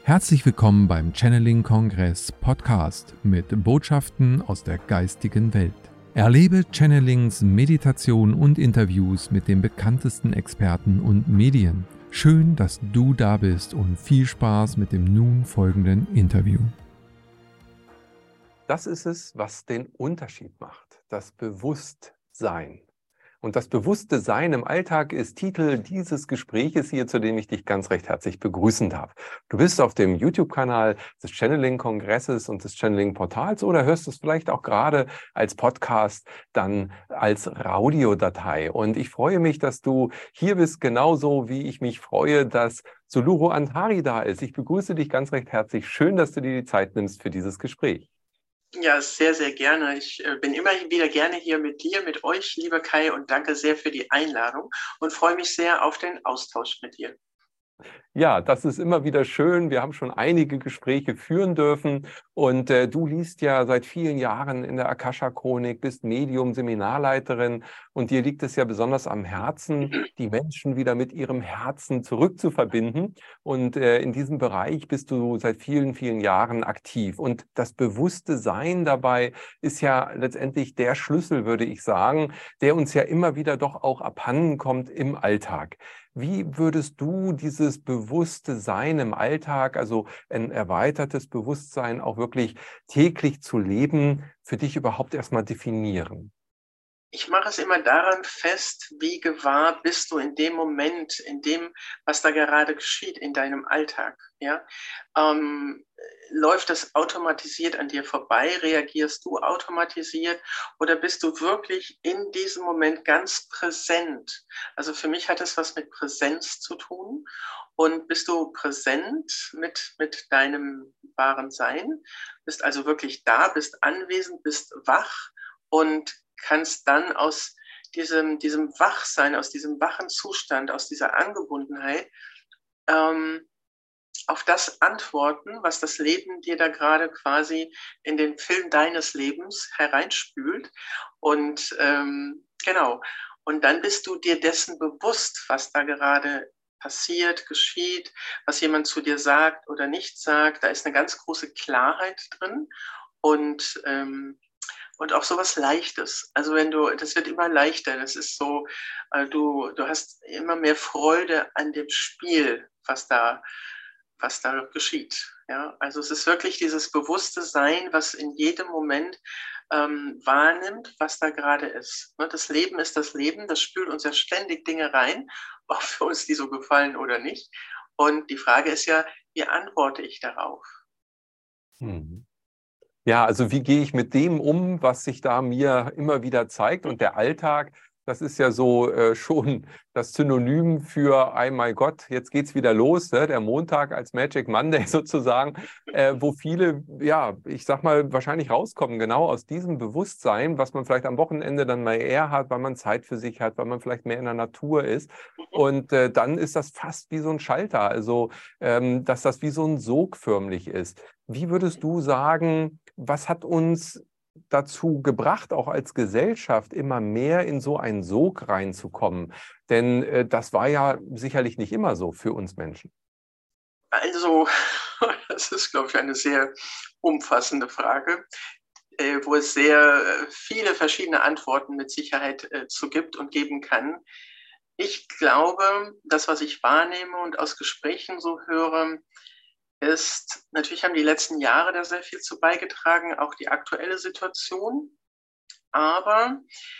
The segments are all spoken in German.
Herzlich willkommen beim Channeling-Kongress Podcast mit Botschaften aus der geistigen Welt. Erlebe Channelings, Meditation und Interviews mit den bekanntesten Experten und Medien. Schön, dass du da bist und viel Spaß mit dem nun folgenden Interview. Das ist es, was den Unterschied macht, das Bewusstsein. Und das bewusste Sein im Alltag ist Titel dieses Gespräches hier, zu dem ich dich ganz recht herzlich begrüßen darf. Du bist auf dem YouTube-Kanal des Channeling-Kongresses und des Channeling-Portals oder hörst es vielleicht auch gerade als Podcast, dann als Audiodatei. Und ich freue mich, dass du hier bist, genauso wie ich mich freue, dass Suluru Antari da ist. Ich begrüße dich ganz recht herzlich. Schön, dass du dir die Zeit nimmst für dieses Gespräch. Ja, sehr, sehr gerne. Ich bin immer wieder gerne hier mit dir, mit euch, lieber Kai, und danke sehr für die Einladung und freue mich sehr auf den Austausch mit dir. Ja, das ist immer wieder schön. Wir haben schon einige Gespräche führen dürfen und du liest ja seit vielen Jahren in der Akasha-Chronik, bist Medium, Seminarleiterin und dir liegt es ja besonders am Herzen, die Menschen wieder mit ihrem Herzen zurückzuverbinden. Und in diesem Bereich bist du seit vielen, vielen Jahren aktiv. Und das bewusste Sein dabei ist ja letztendlich der Schlüssel, würde ich sagen, der uns ja immer wieder doch auch abhanden kommt im Alltag. Wie würdest du dieses bewusste Sein im Alltag, also ein erweitertes Bewusstsein auch wirklich täglich zu leben, für dich überhaupt erstmal definieren? Ich mache es immer daran fest, wie gewahr bist du in dem Moment, in dem, was da gerade geschieht in deinem Alltag. Ja? Läuft das automatisiert an dir vorbei? Reagierst du automatisiert? Oder bist du wirklich in diesem Moment ganz präsent? Also für mich hat es was mit Präsenz zu tun. Und bist du präsent mit deinem wahren Sein? Bist also wirklich da, bist anwesend, bist wach und kannst dann aus diesem Wachsein, aus diesem wachen Zustand, aus dieser Angebundenheit auf das antworten, was das Leben dir da gerade quasi in den Film deines Lebens hereinspült. Und genau, und dann bist du dir dessen bewusst, was da gerade passiert, geschieht, was jemand zu dir sagt oder nicht sagt. Da ist eine ganz große Klarheit drin und auch so was Leichtes. Also das wird immer leichter. Das ist so, du hast immer mehr Freude an dem Spiel, was da geschieht. Ja, also es ist wirklich dieses bewusste Sein, was in jedem Moment wahrnimmt, was da gerade ist. Ne, das Leben ist das Leben, das spült uns ja ständig Dinge rein, ob für uns die so gefallen oder nicht. Und die Frage ist ja, wie antworte ich darauf? Mhm. Ja, also wie gehe ich mit dem um, was sich da mir immer wieder zeigt? Und der Alltag, das ist ja so schon das Synonym für, oh mein Gott, jetzt geht's wieder los, ne? Der Montag als Magic Monday sozusagen, wo viele, ja, ich sag mal, wahrscheinlich rauskommen, genau aus diesem Bewusstsein, was man vielleicht am Wochenende dann mal eher hat, weil man Zeit für sich hat, weil man vielleicht mehr in der Natur ist. Und dann ist das fast wie so ein Schalter, also dass das wie so ein Sog förmlich ist. Wie würdest du sagen, was hat uns dazu gebracht, auch als Gesellschaft immer mehr in so einen Sog reinzukommen? Denn das war ja sicherlich nicht immer so für uns Menschen. Also, das ist, glaube ich, eine sehr umfassende Frage, wo es sehr viele verschiedene Antworten mit Sicherheit zu gibt und geben kann. Ich glaube, das, was ich wahrnehme und aus Gesprächen so höre, ist, natürlich haben die letzten Jahre da sehr viel zu beigetragen, auch die aktuelle Situation. Aber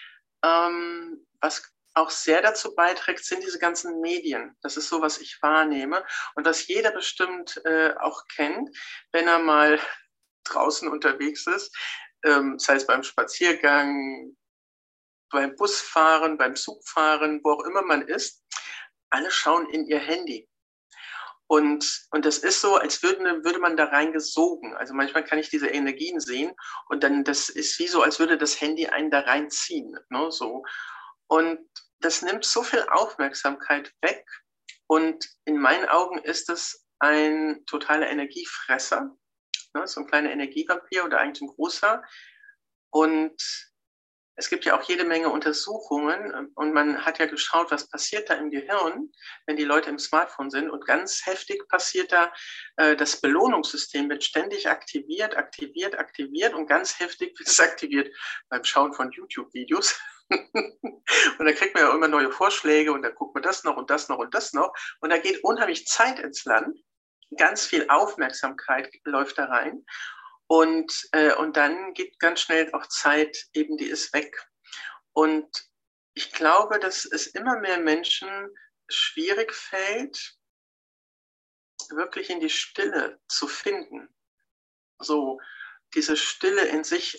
was auch sehr dazu beiträgt, sind diese ganzen Medien. Das ist so, was ich wahrnehme und was jeder bestimmt auch kennt, wenn er mal draußen unterwegs ist, sei es beim Spaziergang, beim Busfahren, beim Zugfahren, wo auch immer man ist. Alle schauen in ihr Handy. Und das ist so, als würde man da reingesogen. Also manchmal kann ich diese Energien sehen und dann, das ist wie so, als würde das Handy einen da reinziehen. Ne, so. Und das nimmt so viel Aufmerksamkeit weg. Und in meinen Augen ist es ein totaler Energiefresser, ne, so ein kleiner Energievampir oder eigentlich ein großer. Und es gibt ja auch jede Menge Untersuchungen und man hat ja geschaut, was passiert da im Gehirn, wenn die Leute im Smartphone sind. Und ganz heftig passiert da, das Belohnungssystem wird ständig aktiviert und ganz heftig wird es aktiviert beim Schauen von YouTube-Videos. Und da kriegt man ja immer neue Vorschläge und dann guckt man das noch und das noch und das noch. Und da geht unheimlich Zeit ins Land. Ganz viel Aufmerksamkeit läuft da rein. Und dann geht ganz schnell auch Zeit, eben die ist weg. Und ich glaube, dass es immer mehr Menschen schwierig fällt, wirklich in die Stille zu finden. So diese Stille in sich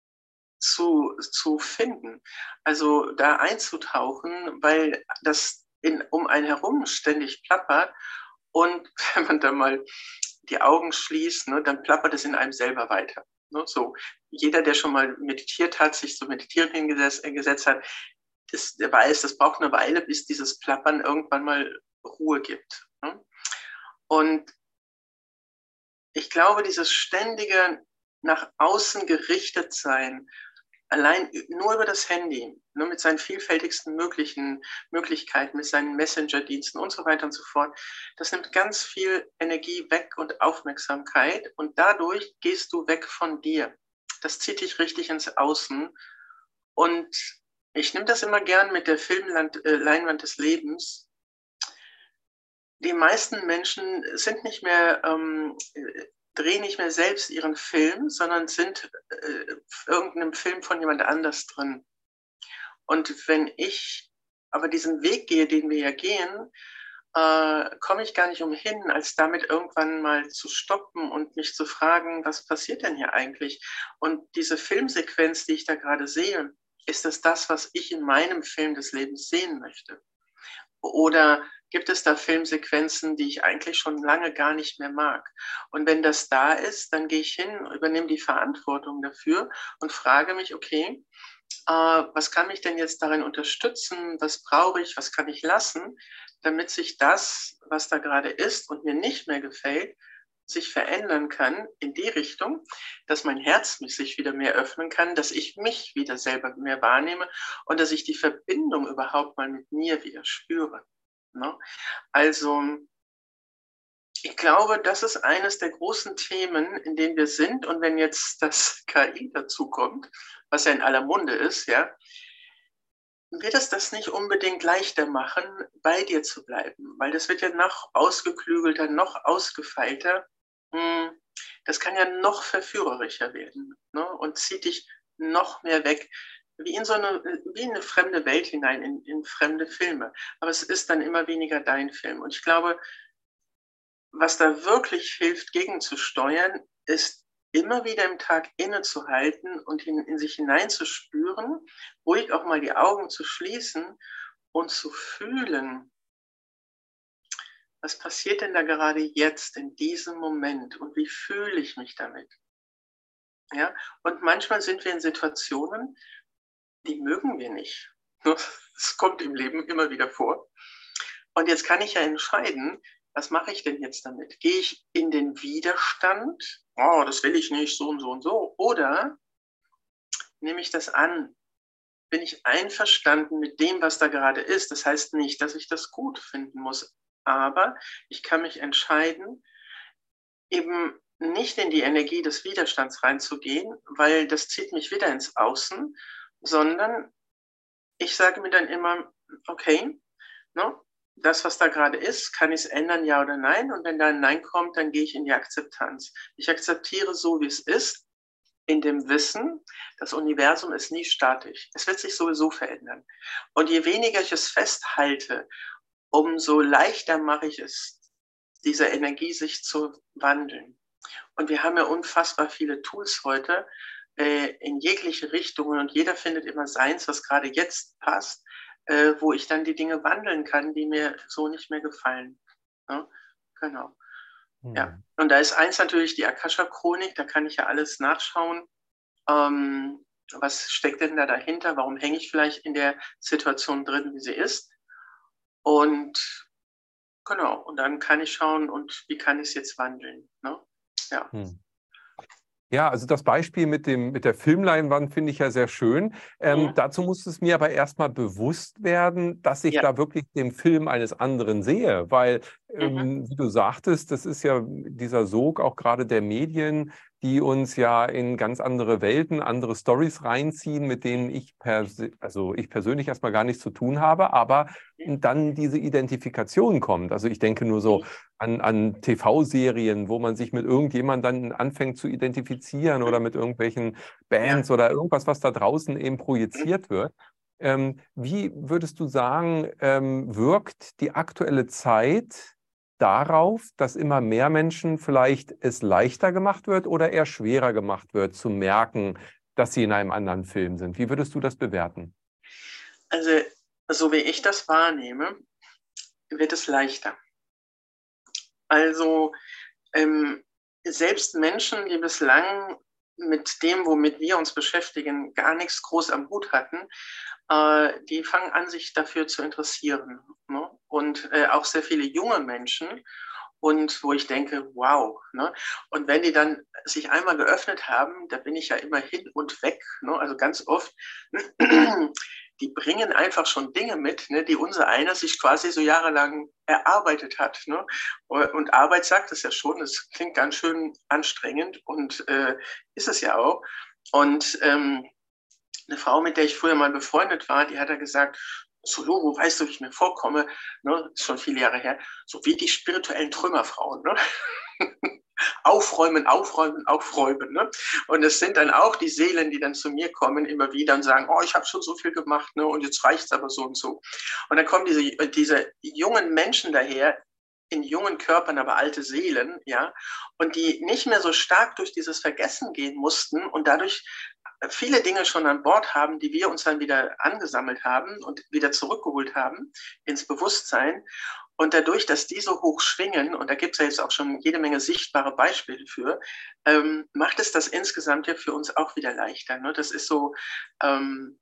zu finden. Also da einzutauchen, weil das um einen herum ständig plappert. Und wenn man dann mal die Augen schließt, ne, dann plappert es in einem selber weiter. Ne, so. Jeder, der schon mal meditiert hat, sich zu meditieren hingesetzt hat, der weiß, das braucht eine Weile, bis dieses Plappern irgendwann mal Ruhe gibt. Ne? Und ich glaube, dieses ständige nach außen gerichtet sein, allein nur über das Handy, nur mit seinen vielfältigsten Möglichkeiten, mit seinen Messenger-Diensten und so weiter und so fort, das nimmt ganz viel Energie weg und Aufmerksamkeit und dadurch gehst du weg von dir. Das zieht dich richtig ins Außen und ich nehme das immer gern mit der Filmleinwand des Lebens. Die meisten Menschen sind nicht mehr drehen nicht mehr selbst ihren Film, sondern sind irgendeinem Film von jemand anders drin. Und wenn ich aber diesen Weg gehe, den wir ja gehen, komme ich gar nicht umhin, als damit irgendwann mal zu stoppen und mich zu fragen, was passiert denn hier eigentlich? Und diese Filmsequenz, die ich da gerade sehe, ist das, was ich in meinem Film des Lebens sehen möchte? Oder gibt es da Filmsequenzen, die ich eigentlich schon lange gar nicht mehr mag? Und wenn das da ist, dann gehe ich hin, übernehme die Verantwortung dafür und frage mich, okay, was kann mich denn jetzt darin unterstützen? Was brauche ich? Was kann ich lassen, damit sich das, was da gerade ist und mir nicht mehr gefällt, sich verändern kann in die Richtung, dass mein Herz sich wieder mehr öffnen kann, dass ich mich wieder selber mehr wahrnehme und dass ich die Verbindung überhaupt mal mit mir wieder spüre. Ne? Also ich glaube, das ist eines der großen Themen, in denen wir sind. Und wenn jetzt das KI dazu kommt, was ja in aller Munde ist, ja, wird es das nicht unbedingt leichter machen, bei dir zu bleiben, weil das wird ja noch ausgeklügelter, noch ausgefeilter. Das kann ja noch verführerischer werden, ne? Und zieht dich noch mehr weg, wie in eine fremde Welt hinein, in fremde Filme. Aber es ist dann immer weniger dein Film. Und ich glaube, was da wirklich hilft, gegenzusteuern, ist immer wieder im Tag innezuhalten und in sich hineinzuspüren, ruhig auch mal die Augen zu schließen und zu fühlen, was passiert denn da gerade jetzt in diesem Moment und wie fühle ich mich damit? Ja? Und manchmal sind wir in Situationen, die mögen wir nicht. Das kommt im Leben immer wieder vor. Und jetzt kann ich ja entscheiden, was mache ich denn jetzt damit? Gehe ich in den Widerstand? Oh, das will ich nicht, so und so und so. Oder nehme ich das an? Bin ich einverstanden mit dem, was da gerade ist? Das heißt nicht, dass ich das gut finden muss. Aber ich kann mich entscheiden, eben nicht in die Energie des Widerstands reinzugehen, weil das zieht mich wieder ins Außen, sondern ich sage mir dann immer, okay, ne, das, was da gerade ist, kann ich es ändern, ja oder nein? Und wenn da ein Nein kommt, dann gehe ich in die Akzeptanz. Ich akzeptiere so, wie es ist, in dem Wissen, das Universum ist nie statisch. Es wird sich sowieso verändern. Und je weniger ich es festhalte, umso leichter mache ich es, diese Energie sich zu wandeln. Und wir haben ja unfassbar viele Tools heute in jegliche Richtungen und jeder findet immer seins, was gerade jetzt passt, wo ich dann die Dinge wandeln kann, die mir so nicht mehr gefallen. Ja, genau. Ja. Und da ist eins natürlich die Akasha-Chronik, da kann ich ja alles nachschauen. Was steckt denn da dahinter? Warum hänge ich vielleicht in der Situation drin, wie sie ist? Und genau, und dann kann ich schauen, und wie kann ich es jetzt wandeln? Ne? Ja. Ja, also das Beispiel mit der Filmleinwand finde ich ja sehr schön. Dazu muss es mir aber erstmal bewusst werden, dass ich Ja. da wirklich den Film eines anderen sehe. Weil, Mhm. wie du sagtest, das ist ja dieser Sog auch gerade der Medien, die uns ja in ganz andere Welten, andere Storys reinziehen, mit denen ich persönlich erstmal gar nichts zu tun habe, aber dann diese Identifikation kommt. Also ich denke nur so an TV-Serien, wo man sich mit irgendjemandem dann anfängt zu identifizieren oder mit irgendwelchen Ja. Bands oder irgendwas, was da draußen eben projiziert wird. Wie würdest du sagen, wirkt die aktuelle Zeit darauf, dass immer mehr Menschen vielleicht es leichter gemacht wird oder eher schwerer gemacht wird, zu merken, dass sie in einem anderen Film sind? Wie würdest du das bewerten? Also, so wie ich das wahrnehme, wird es leichter. Also, ähm, selbst Menschen, die bislang mit dem, womit wir uns beschäftigen, gar nichts groß am Hut hatten, die fangen an, sich dafür zu interessieren. Ne? Und auch sehr viele junge Menschen. Und wo ich denke, wow. Ne? Und wenn die dann sich einmal geöffnet haben, da bin ich ja immer hin und weg. Ne? Also ganz oft, die bringen einfach schon Dinge mit, ne, die unser einer sich quasi so jahrelang erarbeitet hat. Ne? Und Arbeit sagt es ja schon, es klingt ganz schön anstrengend und ist es ja auch. Und eine Frau, mit der ich früher mal befreundet war, die hat ja gesagt, so, Logo, weißt du, wie ich mir vorkomme, ne, ist schon viele Jahre her, so wie die spirituellen Trümmerfrauen, ne? Aufräumen, aufräumen, aufräumen. Ne? Und es sind dann auch die Seelen, die dann zu mir kommen, immer wieder und sagen, oh, ich habe schon so viel gemacht, ne? Und jetzt reicht es aber so und so. Und dann kommen diese jungen Menschen daher, in jungen Körpern, aber alte Seelen, ja, und die nicht mehr so stark durch dieses Vergessen gehen mussten und dadurch viele Dinge schon an Bord haben, die wir uns dann wieder angesammelt haben und wieder zurückgeholt haben ins Bewusstsein. Und dadurch, dass die so hoch schwingen, und da gibt es ja jetzt auch schon jede Menge sichtbare Beispiele für, macht es das insgesamt ja für uns auch wieder leichter. Ne? Das ist so, ein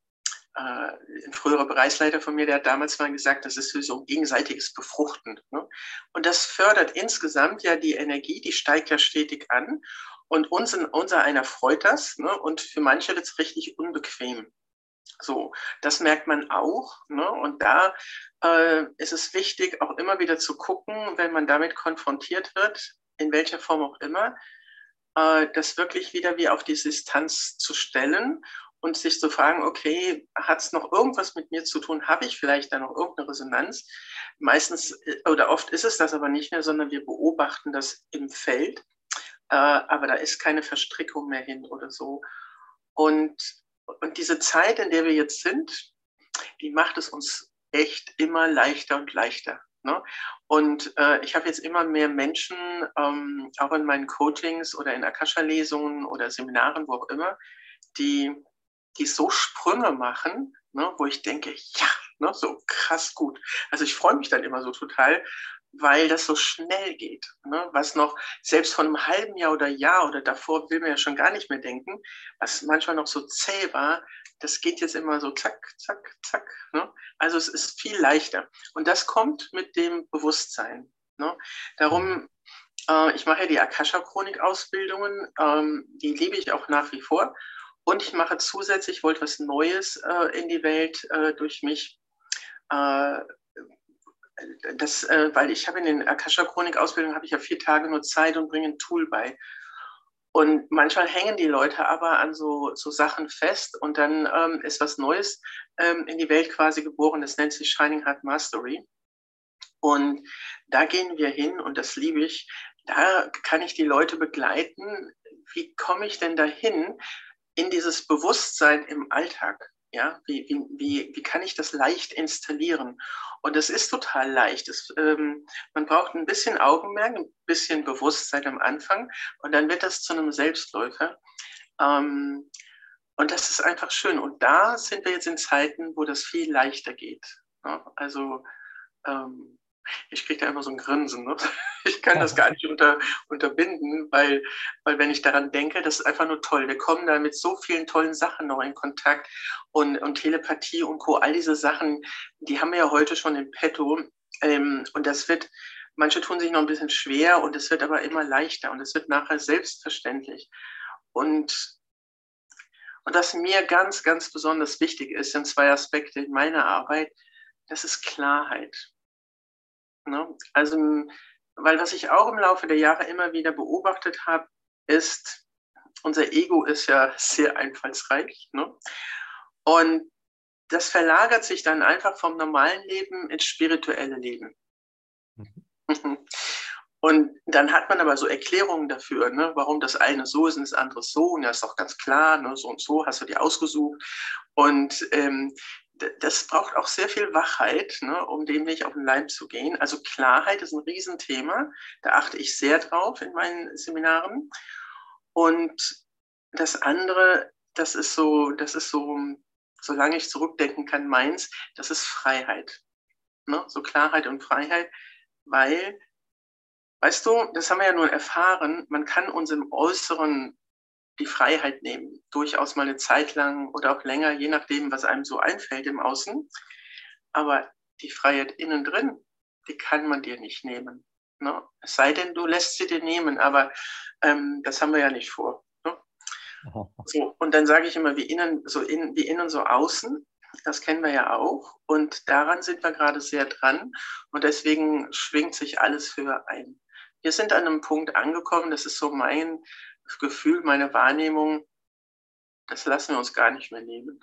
früherer Bereichsleiter von mir, der hat damals mal gesagt, das ist so ein gegenseitiges Befruchten. Ne? Und das fördert insgesamt ja die Energie, die steigt ja stetig an. Und unser einer freut das, ne? Und für manche wird es richtig unbequem. So, das merkt man auch. Ne? Und da ist es wichtig, auch immer wieder zu gucken, wenn man damit konfrontiert wird, in welcher Form auch immer, das wirklich wieder wie auf die Distanz zu stellen und sich zu fragen, okay, hat es noch irgendwas mit mir zu tun? Habe ich vielleicht da noch irgendeine Resonanz? Meistens oder oft ist es das aber nicht mehr, sondern wir beobachten das im Feld, aber da ist keine Verstrickung mehr hin oder so. Und diese Zeit, in der wir jetzt sind, die macht es uns echt immer leichter und leichter. Ne? Und ich habe jetzt immer mehr Menschen, auch in meinen Coachings oder in Akasha-Lesungen oder Seminaren, wo auch immer, die so Sprünge machen, ne, wo ich denke, ja, ne, so krass gut. Also ich freue mich dann immer so total, weil das so schnell geht. Ne? Was noch, selbst von einem halben Jahr oder Jahr oder davor will man ja schon gar nicht mehr denken, was manchmal noch so zäh war, das geht jetzt immer so zack, zack, zack. Ne? Also es ist viel leichter. Und das kommt mit dem Bewusstsein. Ne? Darum, ich mache ja die Akasha-Chronik-Ausbildungen, die liebe ich auch nach wie vor. Und ich mache zusätzlich, wollte was Neues in die Welt durch mich. Weil ich habe in den Akasha-Chronik-Ausbildungen habe ich ja 4 Tage nur Zeit und bringe ein Tool bei. Und manchmal hängen die Leute aber an so Sachen fest und dann ist was Neues in die Welt quasi geboren. Das nennt sich Shining Heart Mastery. Und da gehen wir hin und das liebe ich. Da kann ich die Leute begleiten. Wie komme ich denn dahin in dieses Bewusstsein im Alltag? Ja, wie kann ich das leicht installieren? Und es ist total leicht. Man braucht ein bisschen Augenmerk, ein bisschen Bewusstsein am Anfang und dann wird das zu einem Selbstläufer. Und das ist einfach schön. Und da sind wir jetzt in Zeiten, wo das viel leichter geht. Ja, also ich kriege da immer so ein Grinsen. Ne? Ich kann das gar nicht unterbinden, weil wenn ich daran denke, das ist einfach nur toll. Wir kommen da mit so vielen tollen Sachen noch in Kontakt und Telepathie und Co. All diese Sachen, die haben wir ja heute schon im Petto. Und manche tun sich noch ein bisschen schwer und es wird aber immer leichter und es wird nachher selbstverständlich. Und was mir ganz, ganz besonders wichtig ist, sind zwei Aspekte in meiner Arbeit, das ist Klarheit. Ne? Also, weil was ich auch im Laufe der Jahre immer wieder beobachtet habe, ist, unser Ego ist ja sehr einfallsreich. Ne? Und das verlagert sich dann einfach vom normalen Leben ins spirituelle Leben. Und dann hat man aber so Erklärungen dafür, ne, warum das eine so ist und das andere so. Und das ist doch ganz klar, ne, so und so hast du dir ausgesucht. Und das braucht auch sehr viel Wachheit, ne, um dem nicht auf den Leim zu gehen. Also Klarheit ist ein Riesenthema. Da achte ich sehr drauf in meinen Seminaren. Und das andere, das ist so, solange ich zurückdenken kann, meins, das ist Freiheit. Ne? So Klarheit und Freiheit, weil, weißt du, das haben wir ja nun erfahren, man kann uns im Äußeren die Freiheit nehmen, durchaus mal eine Zeit lang oder auch länger, je nachdem, was einem so einfällt im Außen. Aber die Freiheit innen drin, die kann man dir nicht nehmen. Ne? Es sei denn, du lässt sie dir nehmen, aber das haben wir ja nicht vor. Ne? So, und dann sage ich immer, wie innen, wie innen, so außen. Das kennen wir ja auch. Und daran sind wir gerade sehr dran. Und deswegen schwingt sich alles höher ein. Wir sind an einem Punkt angekommen, das ist so mein Gefühl, meine Wahrnehmung, das lassen wir uns gar nicht mehr nehmen.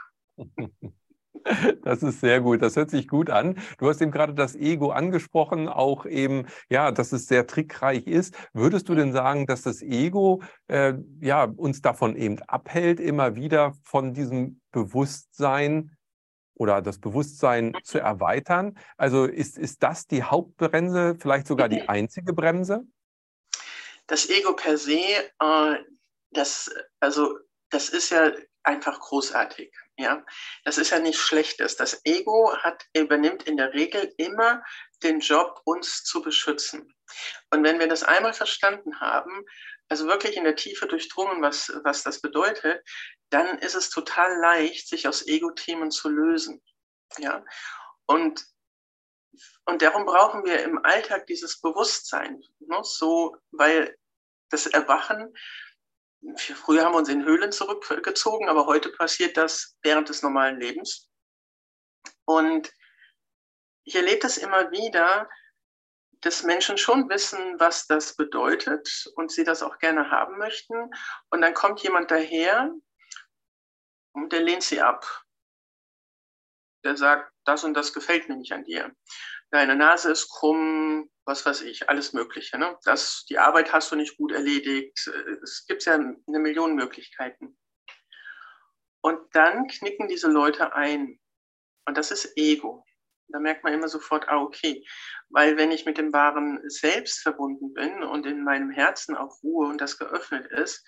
Das ist sehr gut, das hört sich gut an. Du hast eben gerade das Ego angesprochen, auch eben, ja, dass es sehr trickreich ist. Würdest du denn sagen, dass das Ego ja, uns davon eben abhält, immer wieder von diesem Bewusstsein oder das Bewusstsein zu erweitern? Also ist das die Hauptbremse, vielleicht sogar die einzige Bremse? Das Ego per se, das ist ja einfach großartig. Ja? Das ist ja nichts Schlechtes. Das Ego übernimmt in der Regel immer den Job, uns zu beschützen. Und wenn wir das einmal verstanden haben, also wirklich in der Tiefe durchdrungen, was das bedeutet, dann ist es total leicht, sich aus Ego-Themen zu lösen. Ja? Und darum brauchen wir im Alltag dieses Bewusstsein, ne? So, weil das Erwachen, früher haben wir uns in Höhlen zurückgezogen, aber heute passiert das während des normalen Lebens. Und ich erlebe das immer wieder, dass Menschen schon wissen, was das bedeutet und sie das auch gerne haben möchten. Und dann kommt jemand daher und der lehnt sie ab. Der sagt, das und das gefällt mir nicht an dir. Deine Nase ist krumm, was weiß ich, alles Mögliche. Ne? Die Arbeit hast du nicht gut erledigt. Es gibt ja eine Million Möglichkeiten. Und dann knicken diese Leute ein. Und das ist Ego. Da merkt man immer sofort, okay. Weil wenn ich mit dem wahren Selbst verbunden bin und in meinem Herzen auch Ruhe und das geöffnet ist,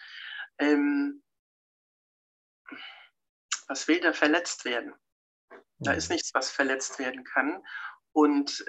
was will da verletzt werden? Da ist nichts, was verletzt werden kann. Und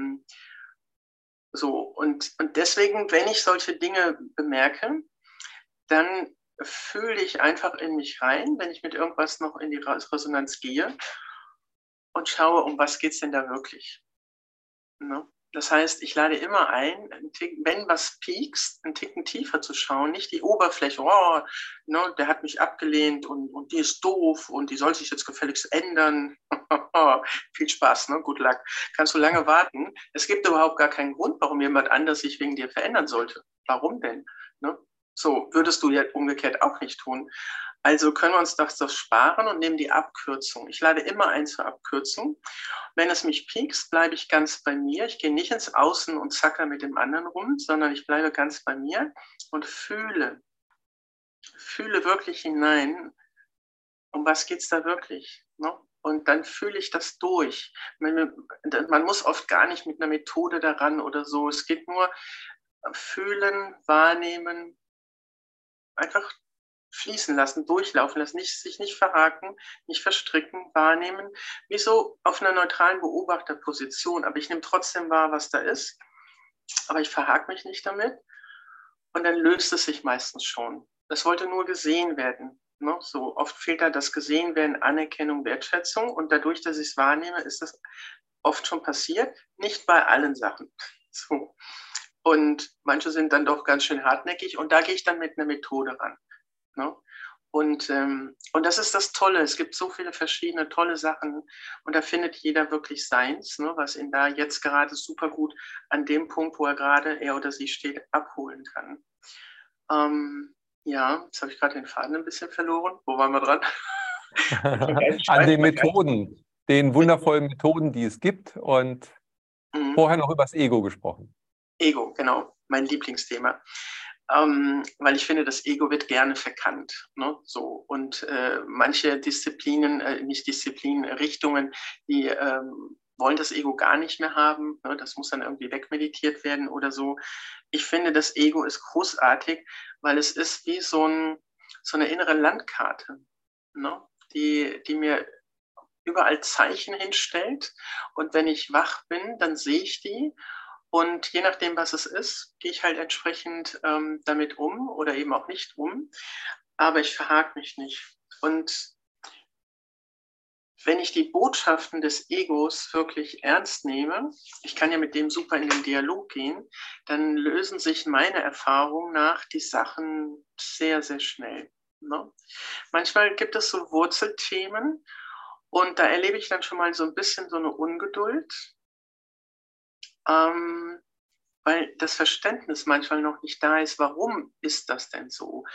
und deswegen, wenn ich solche Dinge bemerke, dann fühle ich einfach in mich rein, wenn ich mit irgendwas noch in die Resonanz gehe und schaue, um was geht es denn da wirklich. Ne? Das heißt, ich lade immer ein, wenn was piekst, einen Ticken tiefer zu schauen, nicht die Oberfläche, ne, der hat mich abgelehnt und die ist doof und die soll sich jetzt gefälligst ändern. Viel Spaß, ne? Good luck. Kannst du lange warten. Es gibt überhaupt gar keinen Grund, warum jemand anders sich wegen dir verändern sollte. Warum denn? Ne? So würdest du ja umgekehrt auch nicht tun. Also können wir uns das sparen und nehmen die Abkürzung. Ich lade immer ein zur Abkürzung. Wenn es mich piekst, bleibe ich ganz bei mir. Ich gehe nicht ins Außen und zacker mit dem anderen rum, sondern ich bleibe ganz bei mir und fühle wirklich hinein, um was geht es da wirklich. Ne? Und dann fühle ich das durch. Man muss oft gar nicht mit einer Methode daran oder so. Es geht nur fühlen, wahrnehmen, einfach fließen lassen, durchlaufen lassen, sich nicht verhaken, nicht verstricken, wahrnehmen, wie so auf einer neutralen Beobachterposition. Aber ich nehme trotzdem wahr, was da ist, aber ich verhake mich nicht damit und dann löst es sich meistens schon. Das wollte nur gesehen werden. Ne? So oft fehlt da das Gesehenwerden, Anerkennung, Wertschätzung und dadurch, dass ich es wahrnehme, ist das oft schon passiert, nicht bei allen Sachen. So. Und manche sind dann doch ganz schön hartnäckig und da gehe ich dann mit einer Methode ran. Ne? Und das ist das Tolle. Es gibt so viele verschiedene tolle Sachen und da findet jeder wirklich seins, ne, was ihn da jetzt gerade super gut an dem Punkt, wo er oder sie steht, abholen kann. Ja, jetzt habe ich gerade den Faden ein bisschen verloren. Wo waren wir dran? An den Methoden, den wundervollen Methoden, die es gibt und vorher noch über das Ego gesprochen. Ego, genau, mein Lieblingsthema. Weil ich finde, das Ego wird gerne verkannt. Ne? So. Und manche Richtungen, die wollen das Ego gar nicht mehr haben. Ne? Das muss dann irgendwie wegmeditiert werden oder so. Ich finde, das Ego ist großartig, weil es ist wie so eine innere Landkarte, ne? die mir überall Zeichen hinstellt. Und wenn ich wach bin, dann sehe ich die. Und je nachdem, was es ist, gehe ich halt entsprechend damit um oder eben auch nicht um. Aber ich verhake mich nicht. Und wenn ich die Botschaften des Egos wirklich ernst nehme, ich kann ja mit dem super in den Dialog gehen, dann lösen sich meiner Erfahrung nach die Sachen sehr, sehr schnell. Ne? Manchmal gibt es so Wurzelthemen und da erlebe ich dann schon mal so ein bisschen so eine Ungeduld. Weil das Verständnis manchmal noch nicht da ist, warum ist das denn so?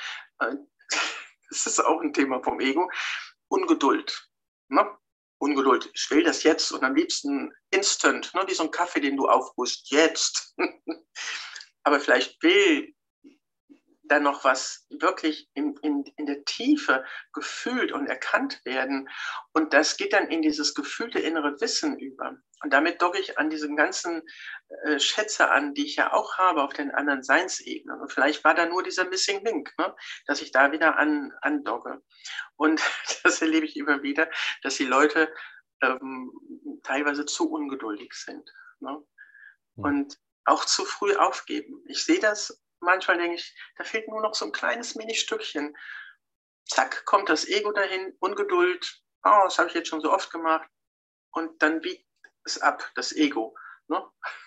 Das ist auch ein Thema vom Ego. Ungeduld. Ne? Ungeduld. Ich will das jetzt und am liebsten instant, ne? Wie so ein Kaffee, den du aufbrüst, jetzt. Aber vielleicht will dann noch was wirklich in der Tiefe gefühlt und erkannt werden. Und das geht dann in dieses gefühlte innere Wissen über. Und damit docke ich an diesen ganzen Schätze an, die ich ja auch habe auf den anderen Seinsebenen. Und vielleicht war da nur dieser Missing Link, ne? Dass ich da wieder andocke. Und das erlebe ich immer wieder, dass die Leute teilweise zu ungeduldig sind. Ne? Und auch zu früh aufgeben. Ich sehe das. Manchmal denke ich, da fehlt nur noch so ein kleines Mini-Stückchen. Zack, kommt das Ego dahin, Ungeduld. Oh, das habe ich jetzt schon so oft gemacht. Und dann biegt es ab, das Ego. Ne?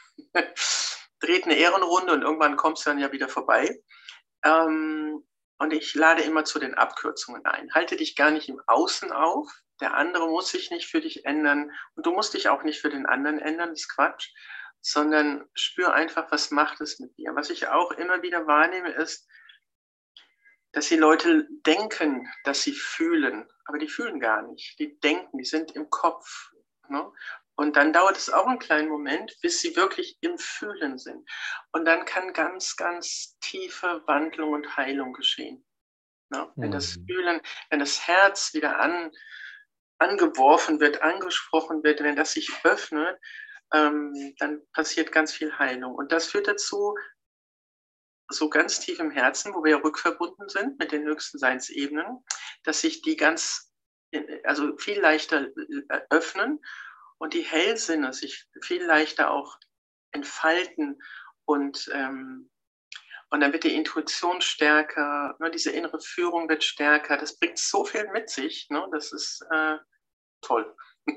Dreht eine Ehrenrunde und irgendwann kommt es dann ja wieder vorbei. Und ich lade immer zu den Abkürzungen ein. Halte dich gar nicht im Außen auf. Der andere muss sich nicht für dich ändern. Und du musst dich auch nicht für den anderen ändern. Das ist Quatsch. Sondern spür einfach, was macht es mit dir. Was ich auch immer wieder wahrnehme, ist, dass die Leute denken, dass sie fühlen, aber die fühlen gar nicht. Die denken, die sind im Kopf. Ne? Und dann dauert es auch einen kleinen Moment, bis sie wirklich im Fühlen sind. Und dann kann ganz, ganz tiefe Wandlung und Heilung geschehen. Ne? Wenn das Fühlen, wenn das Herz wieder angeworfen wird, angesprochen wird, wenn das sich öffnet, dann passiert ganz viel Heilung. Und das führt dazu, so ganz tief im Herzen, wo wir ja rückverbunden sind mit den höchsten Seinsebenen, dass sich die also viel leichter öffnen und die Hellsinne sich viel leichter auch entfalten und dann wird die Intuition stärker, ne, diese innere Führung wird stärker. Das bringt so viel mit sich, ne, das ist toll.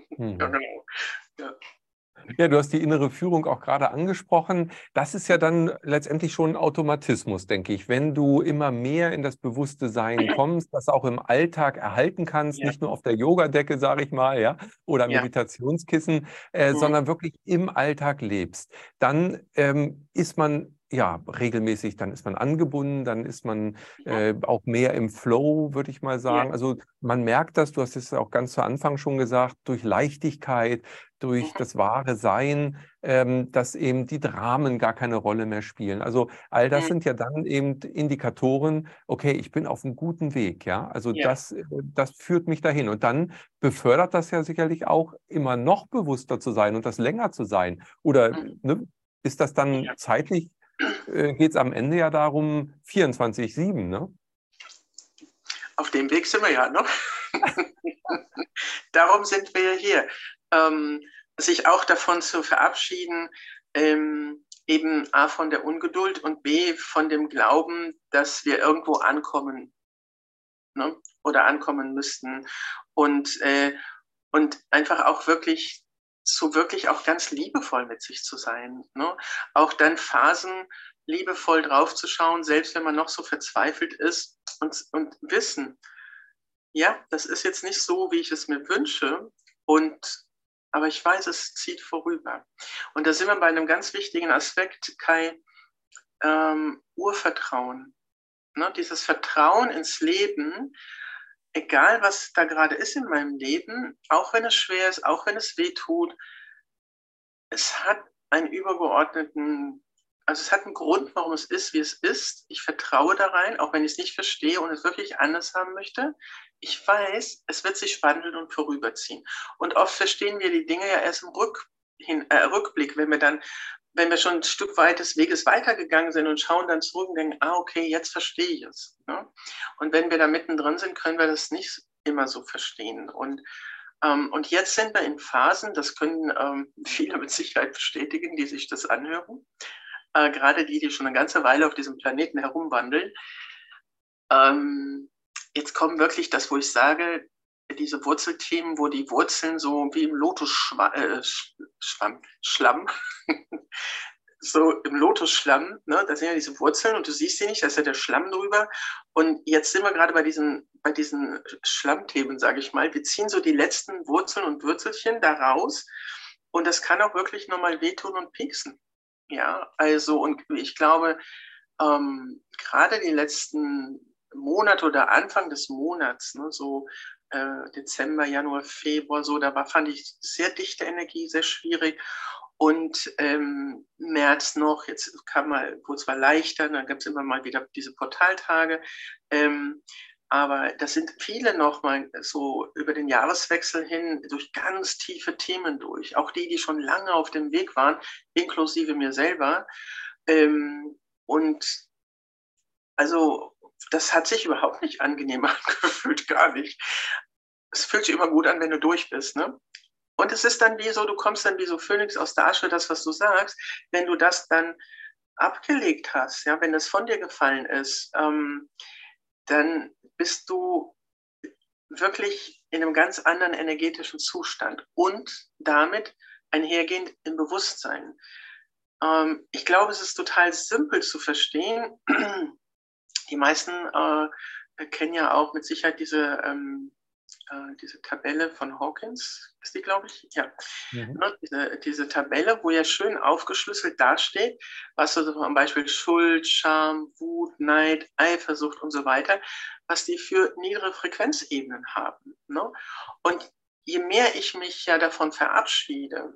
Ja. Ja, du hast die innere Führung auch gerade angesprochen. Das ist ja dann letztendlich schon ein Automatismus, denke ich. Wenn du immer mehr in das bewusste Sein kommst, das auch im Alltag erhalten kannst, nicht nur auf der Yogadecke, sage ich mal, ja, oder Meditationskissen, sondern wirklich im Alltag lebst, dann ist man regelmäßig, dann ist man angebunden, dann ist man auch mehr im Flow, würde ich mal sagen. Also man merkt das, du hast es auch ganz zu Anfang schon gesagt, durch Leichtigkeit, durch das wahre Sein, dass eben die Dramen gar keine Rolle mehr spielen. Also all das sind ja dann eben Indikatoren, okay, ich bin auf einem guten Weg, ja. Also das führt mich dahin. Und dann befördert das ja sicherlich auch, immer noch bewusster zu sein und das länger zu sein. Oder ne, ist das dann zeitlich, geht es am Ende ja darum, 24/7, ne? Auf dem Weg sind wir ja, ne? Darum sind wir hier. Sich auch davon zu verabschieden, eben A von der Ungeduld und B von dem Glauben, dass wir irgendwo ankommen, ne? Oder ankommen müssten. Und einfach auch wirklich auch ganz liebevoll mit sich zu sein. Ne? Auch dann Phasen liebevoll draufzuschauen, selbst wenn man noch so verzweifelt ist, und wissen, ja, das ist jetzt nicht so, wie ich es mir wünsche, aber ich weiß, es zieht vorüber. Und da sind wir bei einem ganz wichtigen Aspekt, Kai, Urvertrauen. Ne? Dieses Vertrauen ins Leben, egal was da gerade ist in meinem Leben, auch wenn es schwer ist, auch wenn es weh tut, es hat einen übergeordneten, also es hat einen Grund, warum es ist, wie es ist. Ich vertraue da rein, auch wenn ich es nicht verstehe und es wirklich anders haben möchte. Ich weiß, es wird sich wandeln und vorüberziehen. Und oft verstehen wir die Dinge ja erst im Rückblick, wenn wir schon ein Stück weit des Weges weitergegangen sind und schauen dann zurück und denken, okay, jetzt verstehe ich es. Ne? Und wenn wir da mittendrin sind, können wir das nicht immer so verstehen. Und jetzt sind wir in Phasen, das können viele mit Sicherheit bestätigen, die sich das anhören, gerade die schon eine ganze Weile auf diesem Planeten herumwandeln. Jetzt kommen wirklich das, wo ich sage, diese Wurzelthemen, wo die Wurzeln so wie im Schlamm, so im Lotusschlamm, ne, da sind ja diese Wurzeln und du siehst sie nicht, da ist ja der Schlamm drüber. Und jetzt sind wir gerade bei diesen Schlammthemen, sage ich mal. Wir ziehen so die letzten Wurzeln und Würzelchen da raus und das kann auch wirklich nochmal wehtun und pieksen. Ja, also und ich glaube, gerade die letzten Monate oder Anfang des Monats, ne, so Dezember, Januar, Februar, so, fand ich sehr dichte Energie, sehr schwierig. Und März noch, jetzt wurde es mal leichter, dann gab es immer mal wieder diese Portaltage. Aber das sind viele nochmal so über den Jahreswechsel hin durch ganz tiefe Themen durch. Auch die schon lange auf dem Weg waren, inklusive mir selber. Und also das hat sich überhaupt nicht angenehm angefühlt, gar nicht. Es fühlt sich immer gut an, wenn du durch bist, ne? Und es ist dann wie so, du kommst dann wie so Phönix aus der Asche, das, was du sagst, wenn du das dann abgelegt hast, ja, wenn das von dir gefallen ist, dann bist du wirklich in einem ganz anderen energetischen Zustand und damit einhergehend im Bewusstsein. Ich glaube, es ist total simpel zu verstehen. Die meisten kennen ja auch mit Sicherheit diese Tabelle von Hawkins, ist die, glaube ich? Ja. Mhm. Diese Tabelle, wo ja schön aufgeschlüsselt dasteht, was so zum Beispiel Schuld, Scham, Wut, Neid, Eifersucht und so weiter, was die für niedere Frequenzebenen haben. Ne? Und je mehr ich mich ja davon verabschiede,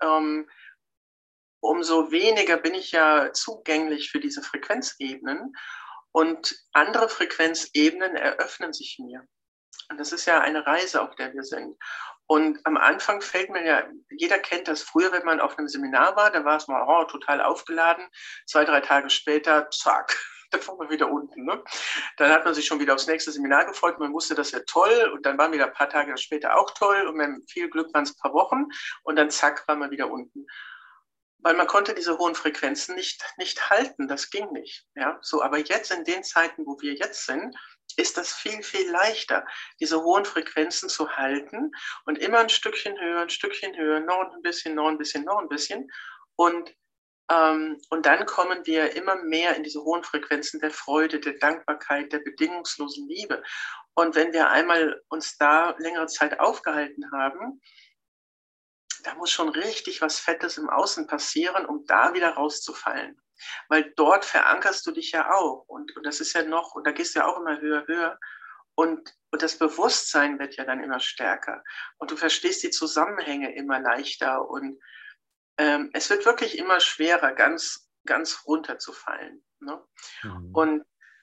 umso weniger bin ich ja zugänglich für diese Frequenzebenen und andere Frequenzebenen eröffnen sich mir. Und das ist ja eine Reise, auf der wir sind. Und am Anfang fällt mir ja, jeder kennt das früher, wenn man auf einem Seminar war, da war es mal total aufgeladen. 2, 3 Tage später, zack, da war man wieder unten. Ne? Dann hat man sich schon wieder aufs nächste Seminar gefreut, man wusste, das wäre toll. Und dann waren wieder ein paar Tage später auch toll. Und mit viel Glück waren es ein paar Wochen. Und dann zack, war man wieder unten. Weil man konnte diese hohen Frequenzen nicht halten, das ging nicht. Ja? So, aber jetzt in den Zeiten, wo wir jetzt sind, ist das viel, viel leichter, diese hohen Frequenzen zu halten und immer ein Stückchen höher, noch ein bisschen, noch ein bisschen, noch ein bisschen. Und dann kommen wir immer mehr in diese hohen Frequenzen der Freude, der Dankbarkeit, der bedingungslosen Liebe. Und wenn wir einmal uns da längere Zeit aufgehalten haben, da muss schon richtig was Fettes im Außen passieren, um da wieder rauszufallen. Weil dort verankerst du dich ja auch. Und das ist ja noch, und da gehst du ja auch immer höher, höher. Und das Bewusstsein wird ja dann immer stärker. Und du verstehst die Zusammenhänge immer leichter. Und es wird wirklich immer schwerer, ganz, ganz runterzufallen. Ne? Mhm. Und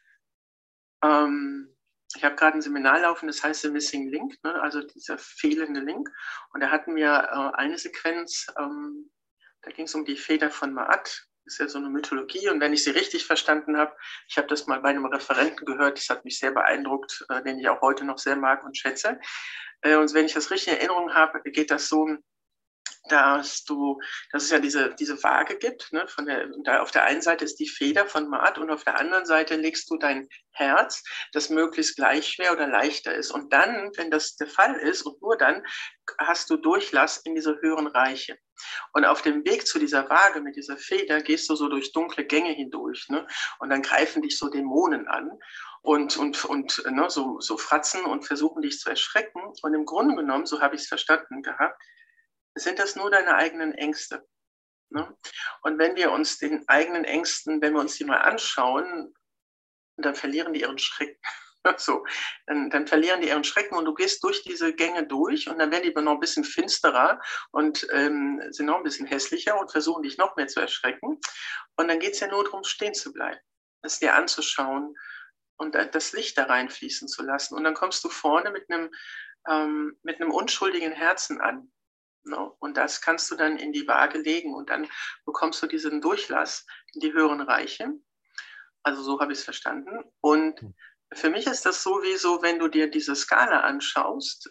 ich habe gerade ein Seminar laufen, das heißt The Missing Link, ne? Also dieser fehlende Link. Und da hatten wir eine Sequenz, da ging es um die Feder von Ma'at. Das ist ja so eine Mythologie. Und wenn ich sie richtig verstanden habe, ich habe das mal bei einem Referenten gehört, das hat mich sehr beeindruckt, den ich auch heute noch sehr mag und schätze. Und wenn ich das richtig in Erinnerung habe, geht das so, dass es ja diese Waage gibt, ne, da auf der einen Seite ist die Feder von Mart und auf der anderen Seite legst du dein Herz, das möglichst gleich schwer oder leichter ist. Und dann, wenn das der Fall ist und nur dann, hast du Durchlass in diese höheren Reiche. Und auf dem Weg zu dieser Waage mit dieser Feder gehst du so durch dunkle Gänge hindurch, ne? Und dann greifen dich so Dämonen an und ne, so fratzen und versuchen dich zu erschrecken. Und im Grunde genommen, so habe ich es verstanden gehabt, sind das nur deine eigenen Ängste. Ne? Und wenn wir uns den eigenen Ängsten, wenn wir uns die mal anschauen, dann verlieren die ihren Schrecken. So, dann verlieren die ihren Schrecken und du gehst durch diese Gänge durch und dann werden die noch ein bisschen finsterer und sind noch ein bisschen hässlicher und versuchen dich noch mehr zu erschrecken. Und dann geht es ja nur darum, stehen zu bleiben, es dir anzuschauen und das Licht da reinfließen zu lassen. Und dann kommst du vorne mit einem unschuldigen Herzen an. No? Und das kannst du dann in die Waage legen und dann bekommst du diesen Durchlass in die höheren Reiche. Also so habe ich es verstanden. Und für mich ist das sowieso, wenn du dir diese Skala anschaust,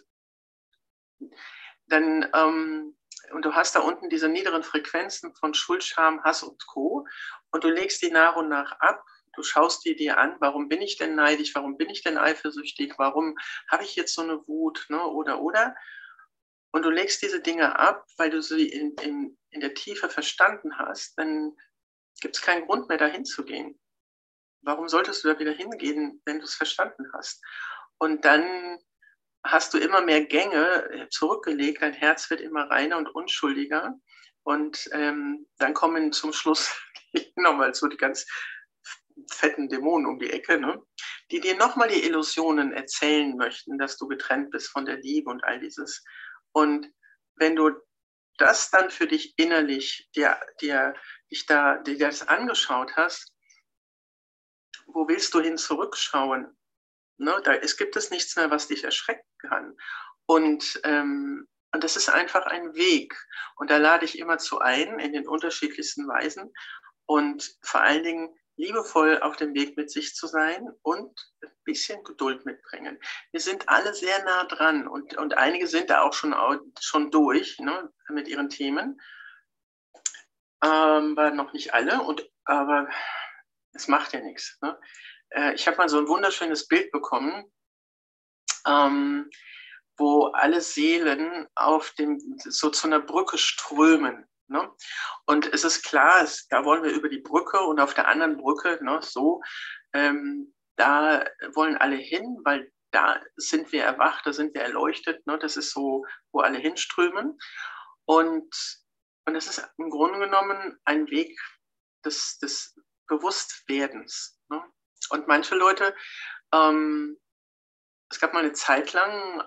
dann, und du hast da unten diese niederen Frequenzen von Schuld, Scham, Hass und Co. Und du legst die nach und nach ab. Du schaust dir an, warum bin ich denn neidisch, warum bin ich denn eifersüchtig, warum habe ich jetzt so eine Wut, ne? Oder. Und du legst diese Dinge ab, weil du sie in der Tiefe verstanden hast, dann gibt es keinen Grund mehr, dahin zu gehen. Warum solltest du da wieder hingehen, wenn du es verstanden hast? Und dann hast du immer mehr Gänge zurückgelegt, dein Herz wird immer reiner und unschuldiger. Und dann kommen zum Schluss nochmal so die ganz fetten Dämonen um die Ecke, ne? Die dir nochmal die Illusionen erzählen möchten, dass du getrennt bist von der Liebe und all dieses. Und wenn du das dann für dich innerlich dir das angeschaut hast, wo willst du hin zurückschauen? Ne, es gibt es nichts mehr, was dich erschrecken kann. Und das ist einfach ein Weg. Und da lade ich immer zu ein, in den unterschiedlichsten Weisen. Und vor allen Dingen liebevoll auf dem Weg mit sich zu sein und ein bisschen Geduld mitbringen. Wir sind alle sehr nah dran und einige sind da auch schon durch, ne, mit ihren Themen. Aber noch nicht alle. Aber es macht ja nichts. Ne? Ich habe mal so ein wunderschönes Bild bekommen, wo alle Seelen so zu einer Brücke strömen. Ne? Und es ist klar, da wollen wir über die Brücke und auf der anderen Brücke, ne, da wollen alle hin, weil da sind wir erwacht, da sind wir erleuchtet. Ne? Das ist so, wo alle hinströmen. Und das ist im Grunde genommen ein Weg des Bewusstwerdens. Ne? Und manche Leute, es gab mal eine Zeit lang,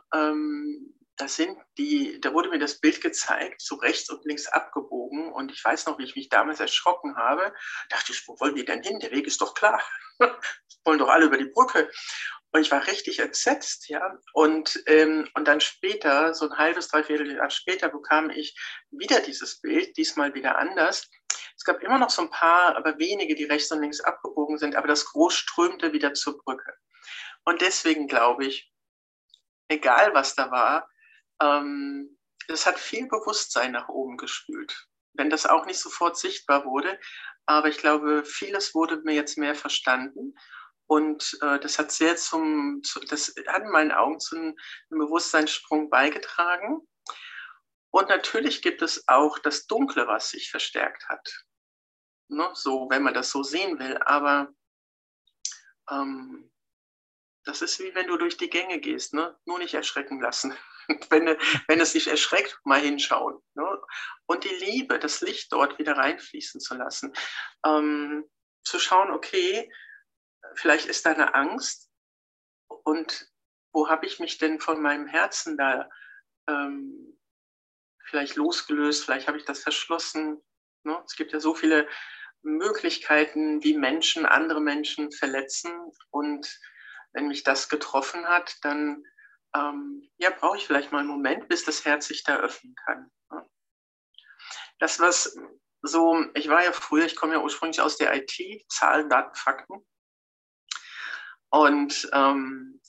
da wurde mir das Bild gezeigt, so rechts und links abgebogen. Und ich weiß noch, wie ich mich damals erschrocken habe. Dachte ich, wo wollen die denn hin? Der Weg ist doch klar. Wollen doch alle über die Brücke. Und ich war richtig entsetzt, ja. Und dann später, so ein halbes, dreiviertel Jahr später, bekam ich wieder dieses Bild, diesmal wieder anders. Es gab immer noch so ein paar, aber wenige, die rechts und links abgebogen sind, aber das Gros strömte wieder zur Brücke. Und deswegen glaube ich, egal was da war, es hat viel Bewusstsein nach oben gespült. Wenn das auch nicht sofort sichtbar wurde, aber ich glaube, vieles wurde mir jetzt mehr verstanden. Und das hat das hat in meinen Augen zu einem Bewusstseinssprung beigetragen. Und natürlich gibt es auch das Dunkle, was sich verstärkt hat. Ne? So, wenn man das so sehen will. Aber das ist wie wenn du durch die Gänge gehst, ne? Nur nicht erschrecken lassen. Wenn es dich erschreckt, mal hinschauen. Ne? Und die Liebe, das Licht dort wieder reinfließen zu lassen. Zu schauen, okay, vielleicht ist da eine Angst und wo habe ich mich denn von meinem Herzen da vielleicht losgelöst, vielleicht habe ich das verschlossen. Ne? Es gibt ja so viele Möglichkeiten, wie Menschen andere Menschen verletzen und wenn mich das getroffen hat, dann brauche ich vielleicht mal einen Moment, bis das Herz sich da öffnen kann. Ne? Das, ich war ja früher, ich komme ja ursprünglich aus der IT, Zahlen, Daten, Fakten. Und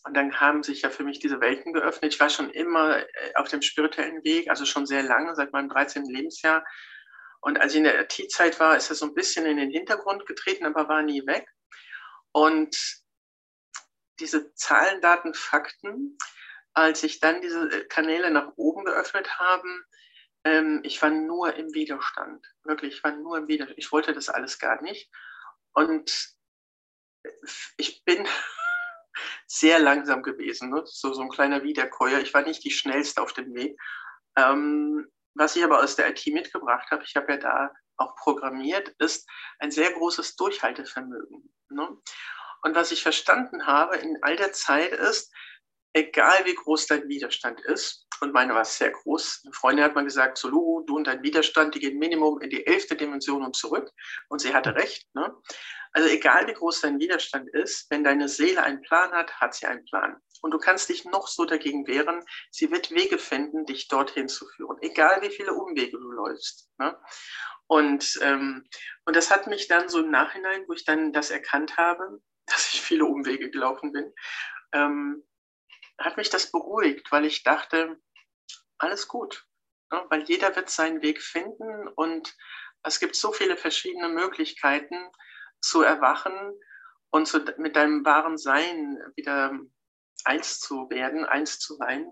Und dann haben sich ja für mich diese Welten geöffnet. Ich war schon immer auf dem spirituellen Weg, also schon sehr lange, seit meinem 13. Lebensjahr. Und als ich in der IT-Zeit war, ist das so ein bisschen in den Hintergrund getreten, aber war nie weg. Und diese Zahlen, Daten, Fakten, als ich dann diese Kanäle nach oben geöffnet habe, ich war nur im Widerstand. Wirklich, ich war nur im Widerstand. Ich wollte das alles gar nicht. Und ich bin sehr langsam gewesen, ne? So ein kleiner Wiederkäuer. Ich war nicht die schnellste auf dem Weg. Was ich aber aus der IT mitgebracht habe, ich habe ja da auch programmiert, ist ein sehr großes Durchhaltevermögen. Ne? Und was ich verstanden habe in all der Zeit ist, egal wie groß dein Widerstand ist, und meine war sehr groß, eine Freundin hat mal gesagt, so Lu, du und dein Widerstand, die gehen Minimum in die 11. Dimension und zurück. Und sie hatte recht. Ne? Also egal wie groß dein Widerstand ist, wenn deine Seele einen Plan hat, hat sie einen Plan. Und du kannst dich noch so dagegen wehren, sie wird Wege finden, dich dorthin zu führen, egal wie viele Umwege du läufst. Ne? Und das hat mich dann so im Nachhinein, wo ich dann das erkannt habe, dass ich viele Umwege gelaufen bin, hat mich das beruhigt, weil ich dachte, alles gut, ne? Weil jeder wird seinen Weg finden und es gibt so viele verschiedene Möglichkeiten zu erwachen und mit deinem wahren Sein wieder eins zu werden, eins zu sein.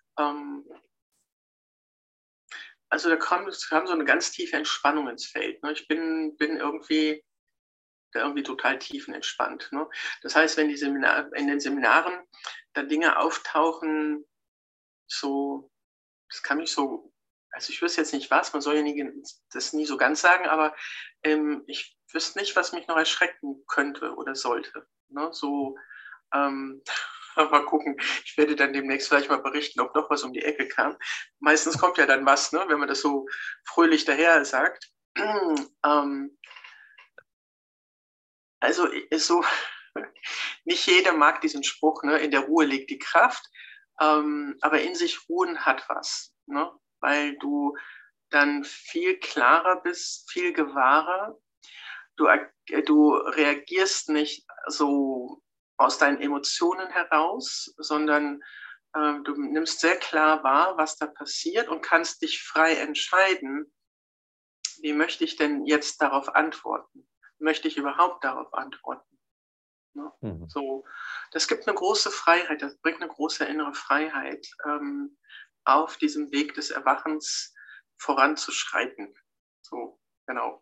Also da kam so eine ganz tiefe Entspannung ins Feld. Ne? Ich bin irgendwie total tiefenentspannt. Ne? Das heißt, wenn in den Seminaren da Dinge auftauchen, so, das kann mich so, also ich wüsste jetzt nicht was, man soll ja das nie so ganz sagen, aber ich wüsste nicht, was mich noch erschrecken könnte oder sollte. Ne? So, mal gucken, ich werde dann demnächst vielleicht mal berichten, ob noch was um die Ecke kam. Meistens kommt ja dann was, ne? Wenn man das so fröhlich daher sagt. Also ist so, nicht jeder mag diesen Spruch, ne? In der Ruhe liegt die Kraft, aber in sich ruhen hat was, ne? Weil du dann viel klarer bist, viel gewahrer. Du reagierst nicht so aus deinen Emotionen heraus, sondern du nimmst sehr klar wahr, was da passiert und kannst dich frei entscheiden, wie möchte ich denn jetzt darauf antworten? Möchte ich überhaupt darauf antworten? Ne? So, das gibt eine große Freiheit, das bringt eine große innere Freiheit, auf diesem Weg des Erwachens voranzuschreiten. So, genau.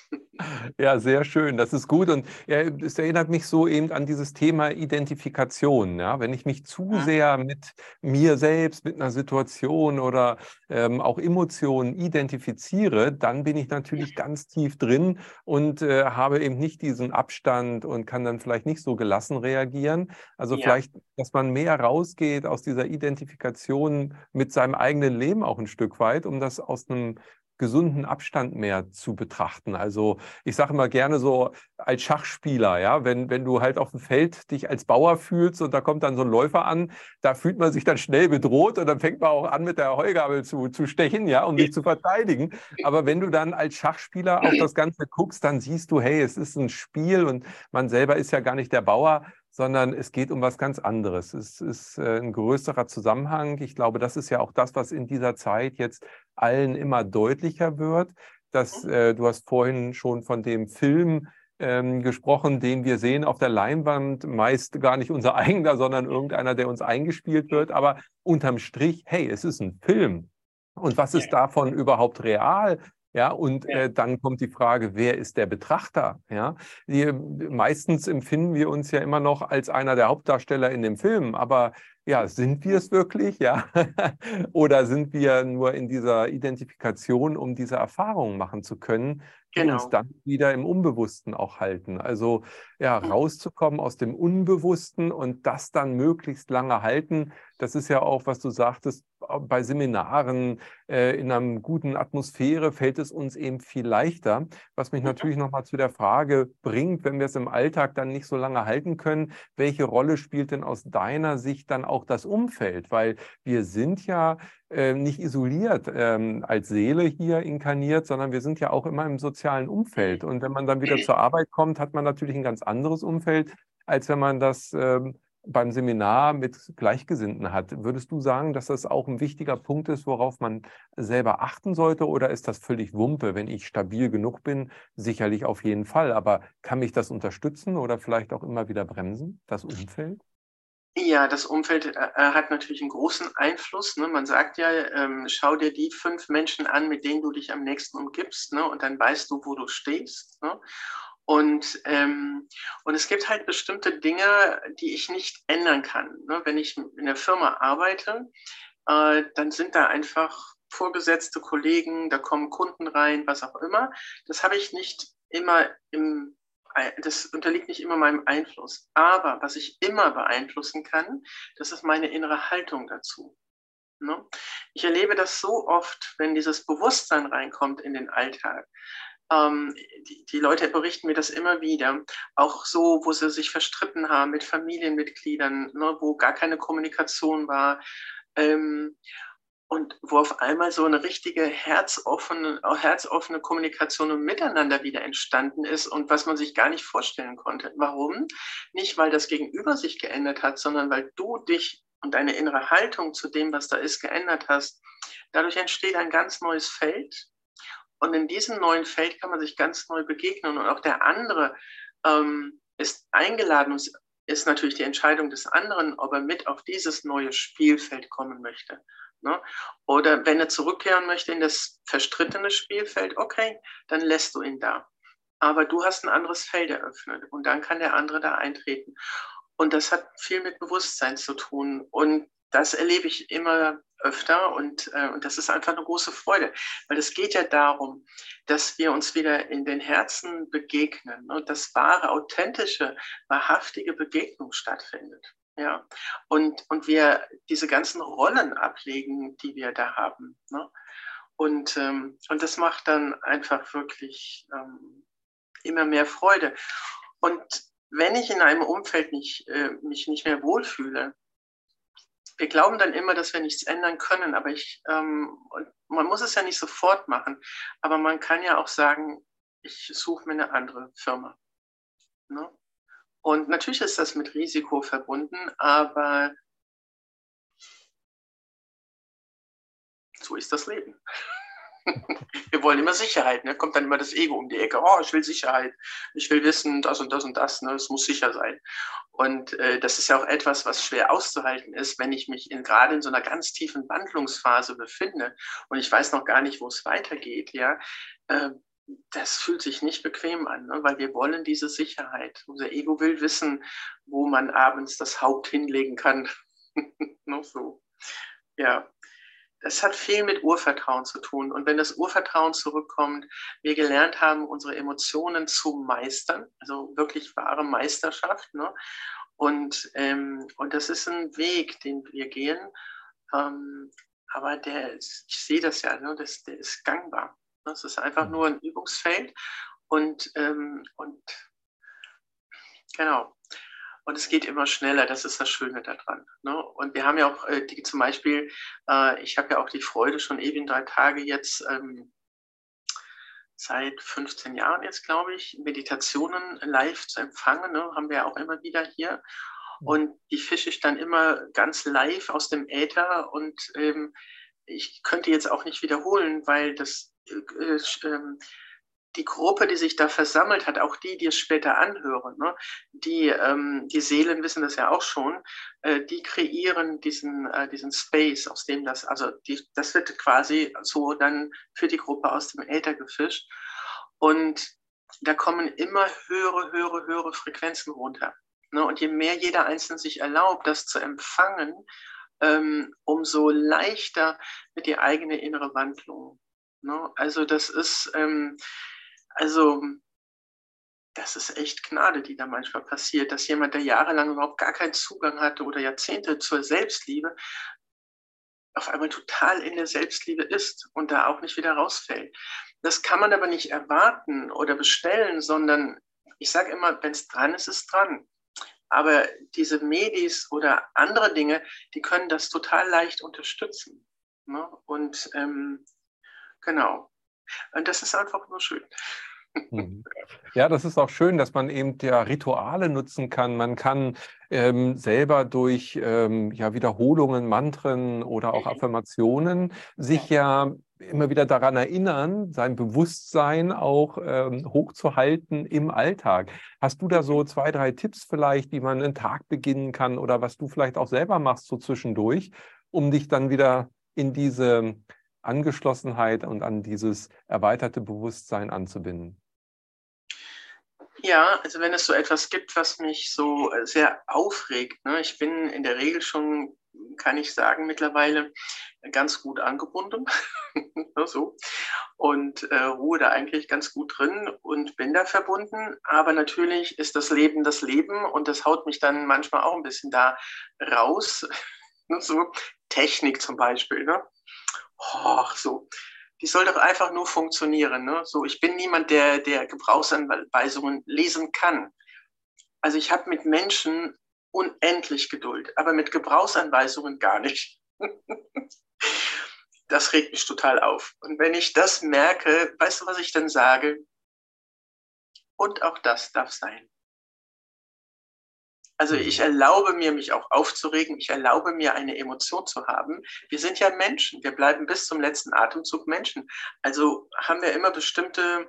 Ja, sehr schön, das ist gut und ja, es erinnert mich so eben an dieses Thema Identifikation. Ja? Wenn ich mich zu sehr mit mir selbst, mit einer Situation oder auch Emotionen identifiziere, dann bin ich natürlich ganz tief drin und habe eben nicht diesen Abstand und kann dann vielleicht nicht so gelassen reagieren. Also vielleicht, dass man mehr rausgeht aus dieser Identifikation mit seinem eigenen Leben auch ein Stück weit, um das aus einem gesunden Abstand mehr zu betrachten. Also ich sage immer gerne so als Schachspieler, ja, wenn du halt auf dem Feld dich als Bauer fühlst und da kommt dann so ein Läufer an, da fühlt man sich dann schnell bedroht und dann fängt man auch an mit der Heugabel zu stechen, ja, um sich zu verteidigen. Aber wenn du dann als Schachspieler auf das Ganze guckst, dann siehst du, hey, es ist ein Spiel und man selber ist ja gar nicht der Bauer, sondern es geht um was ganz anderes. Es ist ein größerer Zusammenhang. Ich glaube, das ist ja auch das, was in dieser Zeit jetzt allen immer deutlicher wird. Dass, du hast vorhin schon von dem Film gesprochen, den wir sehen auf der Leinwand, meist gar nicht unser eigener, sondern irgendeiner, der uns eingespielt wird. Aber unterm Strich, hey, es ist ein Film. Und was ist davon überhaupt real? Ja, und dann kommt die Frage, wer ist der Betrachter? Ja, meistens empfinden wir uns ja immer noch als einer der Hauptdarsteller in dem Film, aber ja, sind wir es wirklich? Ja, oder sind wir nur in dieser Identifikation, um diese Erfahrungen machen zu können, die uns dann wieder im Unbewussten auch halten? Also ja, rauszukommen aus dem Unbewussten und das dann möglichst lange halten. Das ist ja auch, was du sagtest, bei Seminaren in einer guten Atmosphäre fällt es uns eben viel leichter. Was mich natürlich nochmal zu der Frage bringt, wenn wir es im Alltag dann nicht so lange halten können, welche Rolle spielt denn aus deiner Sicht dann auch das Umfeld? Weil wir sind ja nicht isoliert als Seele hier inkarniert, sondern wir sind ja auch immer im sozialen Umfeld. Und wenn man dann wieder zur Arbeit kommt, hat man natürlich ein ganz anderes Umfeld, als wenn man das beim Seminar mit Gleichgesinnten hat. Würdest du sagen, dass das auch ein wichtiger Punkt ist, worauf man selber achten sollte? Oder ist das völlig Wumpe, wenn ich stabil genug bin? Sicherlich auf jeden Fall. Aber kann mich das unterstützen oder vielleicht auch immer wieder bremsen, das Umfeld? Ja, das Umfeld hat natürlich einen großen Einfluss. Ne? Man sagt ja, schau dir die 5 Menschen an, mit denen du dich am nächsten umgibst, ne? Und dann weißt du, wo du stehst. Ne? Und es gibt halt bestimmte Dinge, die ich nicht ändern kann. Ne? Wenn ich in der Firma arbeite, dann sind da einfach Vorgesetzte, Kollegen, da kommen Kunden rein, was auch immer. Das habe ich nicht immer das unterliegt nicht immer meinem Einfluss. Aber was ich immer beeinflussen kann, das ist meine innere Haltung dazu. Ne? Ich erlebe das so oft, wenn dieses Bewusstsein reinkommt in den Alltag. Die Leute berichten mir das immer wieder, auch so, wo sie sich verstritten haben mit Familienmitgliedern, ne, wo gar keine Kommunikation war. Und wo auf einmal so eine richtige herzoffene Kommunikation und Miteinander wieder entstanden ist und was man sich gar nicht vorstellen konnte. Warum? Nicht, weil das Gegenüber sich geändert hat, sondern weil du dich und deine innere Haltung zu dem, was da ist, geändert hast. Dadurch entsteht ein ganz neues Feld. Und in diesem neuen Feld kann man sich ganz neu begegnen. Und auch der andere ist eingeladen. Und es ist natürlich die Entscheidung des anderen, ob er mit auf dieses neue Spielfeld kommen möchte. Ne? Oder wenn er zurückkehren möchte in das verstrittene Spielfeld, okay, dann lässt du ihn da. Aber du hast ein anderes Feld eröffnet und dann kann der andere da eintreten. Und das hat viel mit Bewusstsein zu tun. Und das erlebe ich immer öfter und das ist einfach eine große Freude, weil es geht ja darum, dass wir uns wieder in den Herzen begegnen und dass wahre, authentische, wahrhaftige Begegnung stattfindet. Ja, und wir diese ganzen Rollen ablegen, die wir da haben. Ne? Und das macht dann einfach wirklich immer mehr Freude. Und wenn ich in einem Umfeld mich nicht mehr wohlfühle, wir glauben dann immer, dass wir nichts ändern können, aber man muss es ja nicht sofort machen, aber man kann ja auch sagen, ich suche mir eine andere Firma. Ne? Und natürlich ist das mit Risiko verbunden, aber so ist das Leben. Wir wollen immer Sicherheit, ne? Kommt dann immer das Ego um die Ecke. Oh, ich will Sicherheit, ich will wissen, das und das und das, ne? Es muss sicher sein. Und das ist ja auch etwas, was schwer auszuhalten ist, wenn ich mich gerade in so einer ganz tiefen Wandlungsphase befinde und ich weiß noch gar nicht, wo es weitergeht. Ja, das fühlt sich nicht bequem an, ne? Weil wir wollen diese Sicherheit. Unser Ego will wissen, wo man abends das Haupt hinlegen kann. Noch so. Ja. Das hat viel mit Urvertrauen zu tun. Und wenn das Urvertrauen zurückkommt, wir gelernt haben, unsere Emotionen zu meistern, also wirklich wahre Meisterschaft. Ne? Und das ist ein Weg, den wir gehen. Aber ich sehe das ja, ne? Der ist gangbar. Das ist einfach nur ein Übungsfeld. Und genau. Und es geht immer schneller, das ist das Schöne daran. Ne? Und wir haben ja auch zum Beispiel, ich habe ja auch die Freude, schon ewig 3 Tage jetzt, seit 15 Jahren jetzt, glaube ich, Meditationen live zu empfangen. Ne? Haben wir ja auch immer wieder hier. Und die fische ich dann immer ganz live aus dem Äther. Und ich könnte jetzt auch nicht wiederholen, weil die Gruppe, die sich da versammelt hat, auch die es später anhören, ne, die Seelen wissen das ja auch schon, die kreieren diesen Space, aus dem das wird quasi so dann für die Gruppe aus dem Äther gefischt. Und da kommen immer höhere Frequenzen runter. Ne? Und je mehr jeder Einzelne sich erlaubt, das zu empfangen, umso leichter wird die eigene innere Wandlung. Ne? Also das ist echt Gnade, die da manchmal passiert, dass jemand, der jahrelang überhaupt gar keinen Zugang hatte oder Jahrzehnte zur Selbstliebe, auf einmal total in der Selbstliebe ist und da auch nicht wieder rausfällt. Das kann man aber nicht erwarten oder bestellen, sondern ich sage immer, wenn es dran ist, ist es dran. Aber diese Medis oder andere Dinge, die können das total leicht unterstützen. Ne? Und genau. Und das ist einfach nur schön. Mhm. Ja, das ist auch schön, dass man eben ja Rituale nutzen kann. Man kann selber durch ja, Wiederholungen, Mantren oder auch Affirmationen sich ja immer wieder daran erinnern, sein Bewusstsein auch hochzuhalten im Alltag. Hast du da so 2, 3 Tipps vielleicht, wie man einen Tag beginnen kann oder was du vielleicht auch selber machst so zwischendurch, um dich dann wieder in diese Angeschlossenheit und an dieses erweiterte Bewusstsein anzubinden? Ja, also wenn es so etwas gibt, was mich so sehr aufregt, ne? Ich bin in der Regel schon, kann ich sagen, mittlerweile ganz gut angebunden, ne, so, und ruhe da eigentlich ganz gut drin und bin da verbunden. Aber natürlich ist das Leben und das haut mich dann manchmal auch ein bisschen da raus. Ne, so Technik zum Beispiel, ne? Och, so. Die soll doch einfach nur funktionieren. Ne? So, ich bin niemand, der Gebrauchsanweisungen lesen kann. Also ich habe mit Menschen unendlich Geduld, aber mit Gebrauchsanweisungen gar nicht. Das regt mich total auf. Und wenn ich das merke, weißt du, was ich dann sage? Und auch das darf sein. Also ich erlaube mir, mich auch aufzuregen. Ich erlaube mir, eine Emotion zu haben. Wir sind ja Menschen. Wir bleiben bis zum letzten Atemzug Menschen. Also haben wir immer bestimmte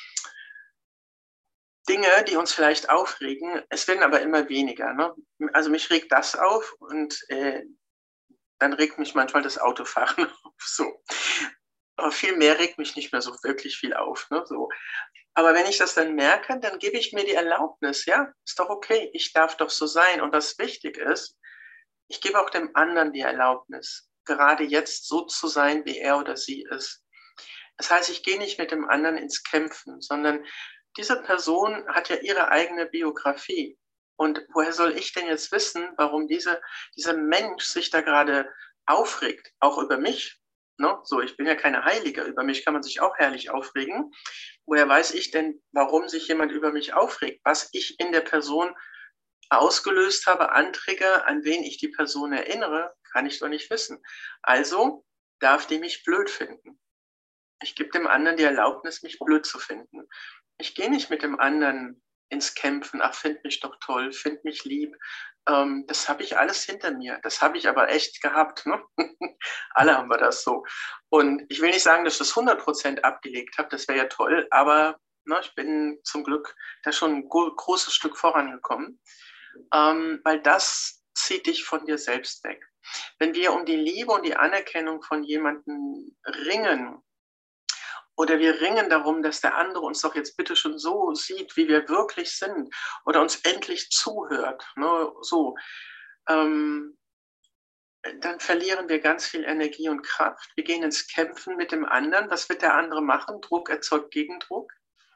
Dinge, die uns vielleicht aufregen. Es werden aber immer weniger. Ne? Also mich regt das auf und dann regt mich manchmal das Autofahren auf. So. Aber viel mehr regt mich nicht mehr so wirklich viel auf. Ne? So. Aber wenn ich das dann merke, dann gebe ich mir die Erlaubnis, ja, ist doch okay, ich darf doch so sein. Und was wichtig ist, ich gebe auch dem anderen die Erlaubnis, gerade jetzt so zu sein, wie er oder sie ist. Das heißt, ich gehe nicht mit dem anderen ins Kämpfen, sondern diese Person hat ja ihre eigene Biografie. Und woher soll ich denn jetzt wissen, warum dieser Mensch sich da gerade aufregt, auch über mich? Ne? So, ich bin ja keine Heilige, über mich kann man sich auch herrlich aufregen. Woher weiß ich denn, warum sich jemand über mich aufregt? Was ich in der Person ausgelöst habe, Anträge, an wen ich die Person erinnere, kann ich doch nicht wissen. Also darf die mich blöd finden. Ich gebe dem anderen die Erlaubnis, mich blöd zu finden. Ich gehe nicht mit dem anderen ins Kämpfen, ach, find mich doch toll, find mich lieb. Das habe ich alles hinter mir. Das habe ich aber echt gehabt. Ne? Alle haben wir das so. Und ich will nicht sagen, dass ich das 100% abgelegt habe, das wäre ja toll, aber ne, ich bin zum Glück da schon ein großes Stück vorangekommen, weil das zieht dich von dir selbst weg. Wenn wir um die Liebe und die Anerkennung von jemandem ringen, oder wir ringen darum, dass der andere uns doch jetzt bitte schon so sieht, wie wir wirklich sind, oder uns endlich zuhört, ne, so, dann verlieren wir ganz viel Energie und Kraft. Wir gehen ins Kämpfen mit dem anderen. Was wird der andere machen? Druck erzeugt Gegendruck.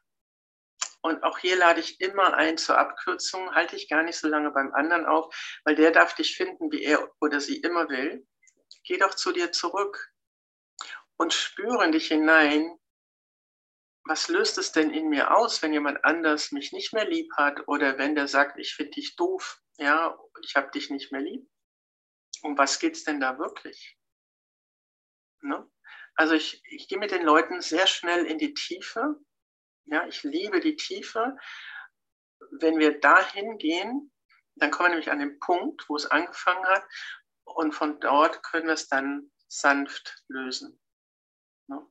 Und auch hier lade ich immer ein zur Abkürzung, halte ich gar nicht so lange beim anderen auf, weil der darf dich finden, wie er oder sie immer will. Geh doch zu dir zurück und spüre in dich hinein, was löst es denn in mir aus, wenn jemand anders mich nicht mehr lieb hat oder wenn der sagt, ich finde dich doof, ja, ich habe dich nicht mehr lieb. Um was geht es denn da wirklich? Ne? Also ich gehe mit den Leuten sehr schnell in die Tiefe. Ja, ich liebe die Tiefe. Wenn wir dahin gehen, dann kommen wir nämlich an den Punkt, wo es angefangen hat und von dort können wir es dann sanft lösen. Ne?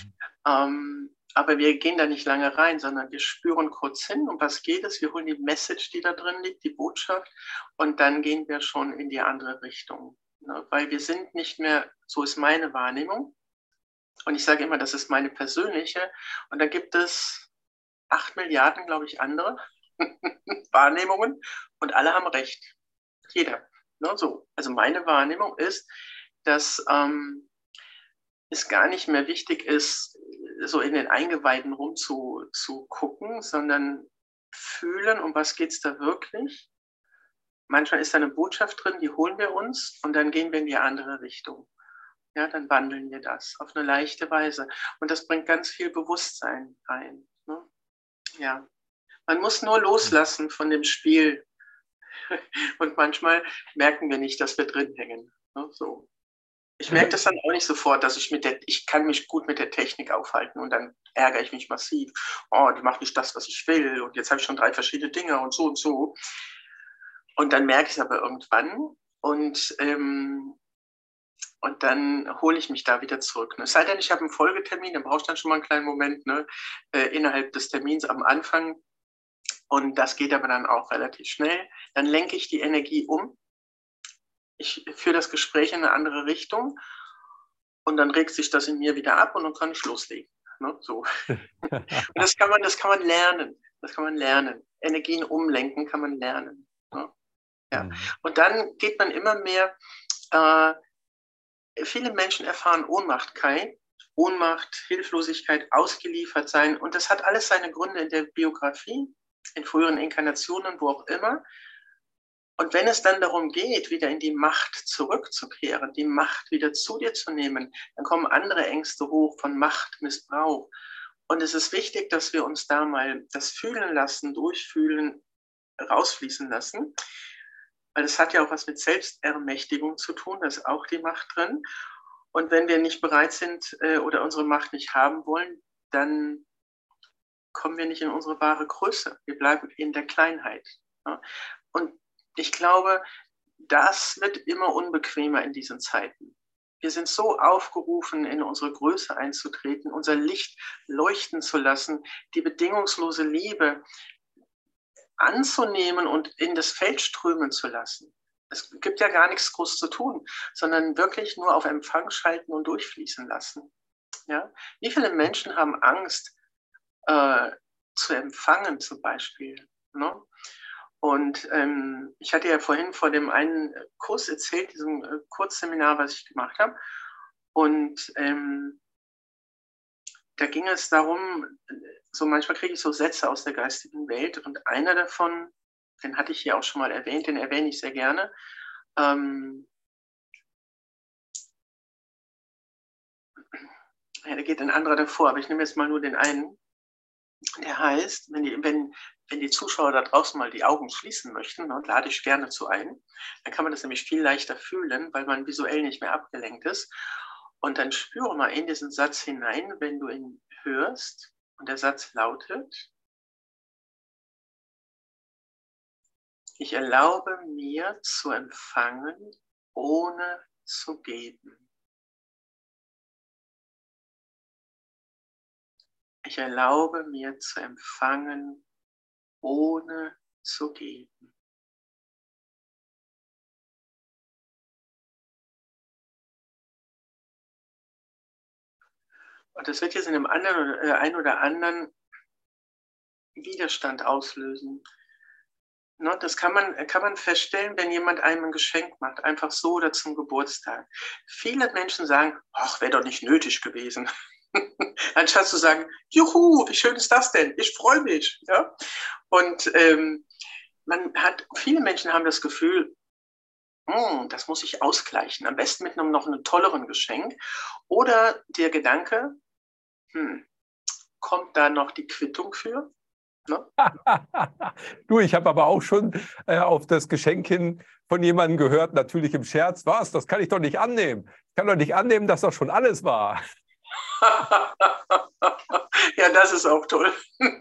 Aber wir gehen da nicht lange rein, sondern wir spüren kurz hin, um was geht es. Wir holen die Message, die da drin liegt, die Botschaft, und dann gehen wir schon in die andere Richtung. Ne? Weil wir sind nicht mehr, so ist meine Wahrnehmung, und ich sage immer, das ist meine persönliche, und da gibt es 8 Milliarden, glaube ich, andere Wahrnehmungen, und alle haben recht. Jeder. Ne? So. Also meine Wahrnehmung ist, dass es gar nicht mehr wichtig ist, so in den Eingeweiden rumzugucken, sondern fühlen, um was geht es da wirklich. Manchmal ist da eine Botschaft drin, die holen wir uns und dann gehen wir in die andere Richtung. Ja, dann wandeln wir das auf eine leichte Weise. Und das bringt ganz viel Bewusstsein rein. Ne? Ja. Man muss nur loslassen von dem Spiel. Und manchmal merken wir nicht, dass wir drin hängen. Ne? So. Ich merke das dann auch nicht sofort, dass ich kann mich gut mit der Technik aufhalten und dann ärgere ich mich massiv. Oh, die macht nicht das, was ich will und jetzt habe ich schon 3 verschiedene Dinge und so und so. Und dann merke ich es aber irgendwann und dann hole ich mich da wieder zurück. Es sei denn, ich habe einen Folgetermin, dann brauche ich dann schon mal einen kleinen Moment, ne, innerhalb des Termins am Anfang. Und das geht aber dann auch relativ schnell. Dann lenke ich die Energie um. Ich führe das Gespräch in eine andere Richtung und dann regt sich das in mir wieder ab und dann kann ich loslegen. Ne, so. Und das kann man lernen. Das kann man lernen. Energien umlenken kann man lernen. Ne? Ja. Und dann geht man immer mehr. Viele Menschen erfahren Ohnmacht, Kai. Ohnmacht, Hilflosigkeit, ausgeliefert sein. Und das hat alles seine Gründe in der Biografie, in früheren Inkarnationen, wo auch immer. Und wenn es dann darum geht, wieder in die Macht zurückzukehren, die Macht wieder zu dir zu nehmen, dann kommen andere Ängste hoch von Machtmissbrauch. Und es ist wichtig, dass wir uns da mal das fühlen lassen, durchfühlen, rausfließen lassen. Weil es hat ja auch was mit Selbstermächtigung zu tun, da ist auch die Macht drin. Und wenn wir nicht bereit sind oder unsere Macht nicht haben wollen, dann kommen wir nicht in unsere wahre Größe. Wir bleiben in der Kleinheit. Ja. Und ich glaube, das wird immer unbequemer in diesen Zeiten. Wir sind so aufgerufen, in unsere Größe einzutreten, unser Licht leuchten zu lassen, die bedingungslose Liebe anzunehmen und in das Feld strömen zu lassen. Es gibt ja gar nichts groß zu tun, sondern wirklich nur auf Empfang schalten und durchfließen lassen. Ja? Wie viele Menschen haben Angst zu empfangen zum Beispiel? Ne? Und ich hatte ja vorhin vor dem einen Kurs erzählt, diesem Kurzseminar, was ich gemacht habe. Und da ging es darum, so manchmal kriege ich so Sätze aus der geistigen Welt und einer davon, den hatte ich hier auch schon mal erwähnt, den erwähne ich sehr gerne. Ja, da geht ein anderer davor, aber ich nehme jetzt mal nur den einen. Der heißt, wenn die Zuschauer da draußen mal die Augen schließen möchten, und lade ich gerne zu ein, dann kann man das nämlich viel leichter fühlen, weil man visuell nicht mehr abgelenkt ist. Und dann spüre mal in diesen Satz hinein, wenn du ihn hörst. Und der Satz lautet: Ich erlaube mir zu empfangen, ohne zu geben. Ich erlaube mir zu empfangen, ohne zu geben. Und das wird jetzt in einem einen oder anderen Widerstand auslösen. Das kann man feststellen, wenn jemand einem ein Geschenk macht, einfach so oder zum Geburtstag. Viele Menschen sagen, ach, wäre doch nicht nötig gewesen. Anstatt zu sagen, juhu, wie schön ist das denn? Ich freue mich. Ja? Und viele Menschen haben das Gefühl, das muss ich ausgleichen. Am besten mit noch einem tolleren Geschenk. Oder der Gedanke, kommt da noch die Quittung für? Ne? Du, ich habe aber auch schon auf das Geschenk hin von jemandem gehört, natürlich im Scherz, was, das kann ich doch nicht annehmen. Ich kann doch nicht annehmen, dass das schon alles war. Ja, das ist auch toll.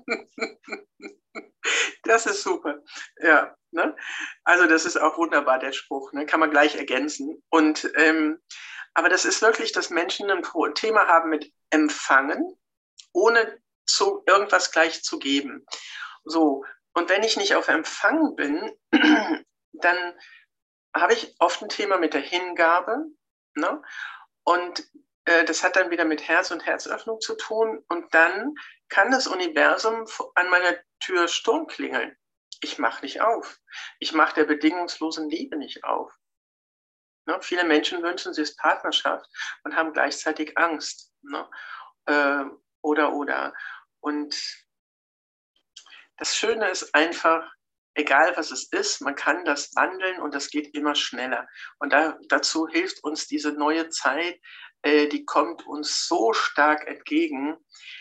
Das ist super. Ja, ne? Also das ist auch wunderbar, der Spruch. Ne? Kann man gleich ergänzen. Und, aber das ist wirklich, dass Menschen ein Thema haben mit Empfangen, ohne irgendwas gleich zu geben. So, und wenn ich nicht auf Empfang bin, dann habe ich oft ein Thema mit der Hingabe. Ne? Und das hat dann wieder mit Herz und Herzöffnung zu tun. Und dann kann das Universum an meiner Tür Sturm klingeln. Ich mache nicht auf. Ich mache der bedingungslosen Liebe nicht auf. Ne? Viele Menschen wünschen sich Partnerschaft und haben gleichzeitig Angst. Ne? Oder. Und das Schöne ist einfach, egal was es ist, man kann das wandeln und das geht immer schneller. Und dazu hilft uns diese neue Zeit, die kommt uns so stark entgegen.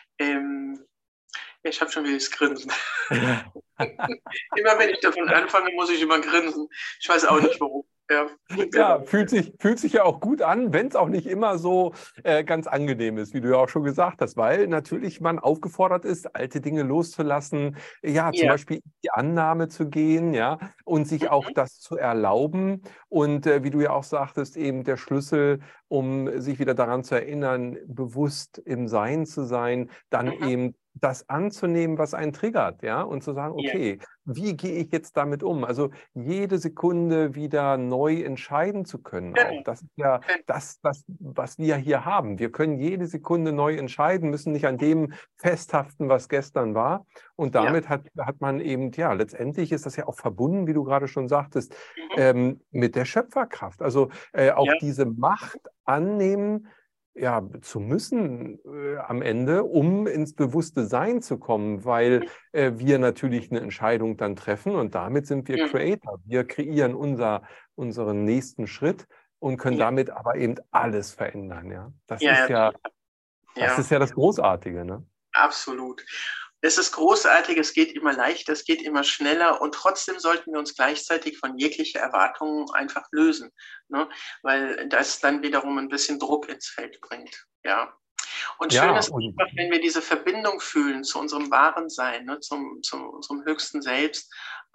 Ich habe schon wieder das Grinsen. Immer wenn ich davon anfange, muss ich immer grinsen. Ich weiß auch nicht warum. Ja, Ja, genau. fühlt sich ja auch gut an, wenn es auch nicht immer so ganz angenehm ist, wie du ja auch schon gesagt hast, weil natürlich man aufgefordert ist, alte Dinge loszulassen, ja, zum Ja. Beispiel in die Annahme zu gehen, ja, und sich auch Mhm. das zu erlauben. Und wie du ja auch sagtest, eben der Schlüssel, um sich wieder daran zu erinnern, bewusst im Sein zu sein, dann Mhm. eben das anzunehmen, was einen triggert, ja, und zu sagen, Ja. okay, wie gehe ich jetzt damit um? Also jede Sekunde wieder neu entscheiden zu können auch. Genau. Das ist ja Genau. das, was wir hier haben. Wir können jede Sekunde neu entscheiden, müssen nicht an dem festhaften, was gestern war. Und Ja. damit hat man eben, ja, letztendlich ist das ja auch verbunden, wie du gerade schon sagtest, Mhm. mit der Schöpferkraft. Also auch Ja. diese Macht annehmen, ja, zu müssen am Ende, um ins bewusste Sein zu kommen, weil wir natürlich eine Entscheidung dann treffen und damit sind wir Mhm. Creator. Wir kreieren unseren nächsten Schritt und können Ja. damit aber eben alles verändern. Ja? Ja, ja, Das ist ja, ja das Großartige. Ne? absolut. Es ist großartig, es geht immer leichter, es geht immer schneller und trotzdem sollten wir uns gleichzeitig von jeglicher Erwartungen einfach lösen, ne? Weil das dann wiederum ein bisschen Druck ins Feld bringt. Ja. Und schön Ja, ist und einfach, wenn wir diese Verbindung fühlen zu unserem wahren Sein, ne, zu unserem höchsten Selbst.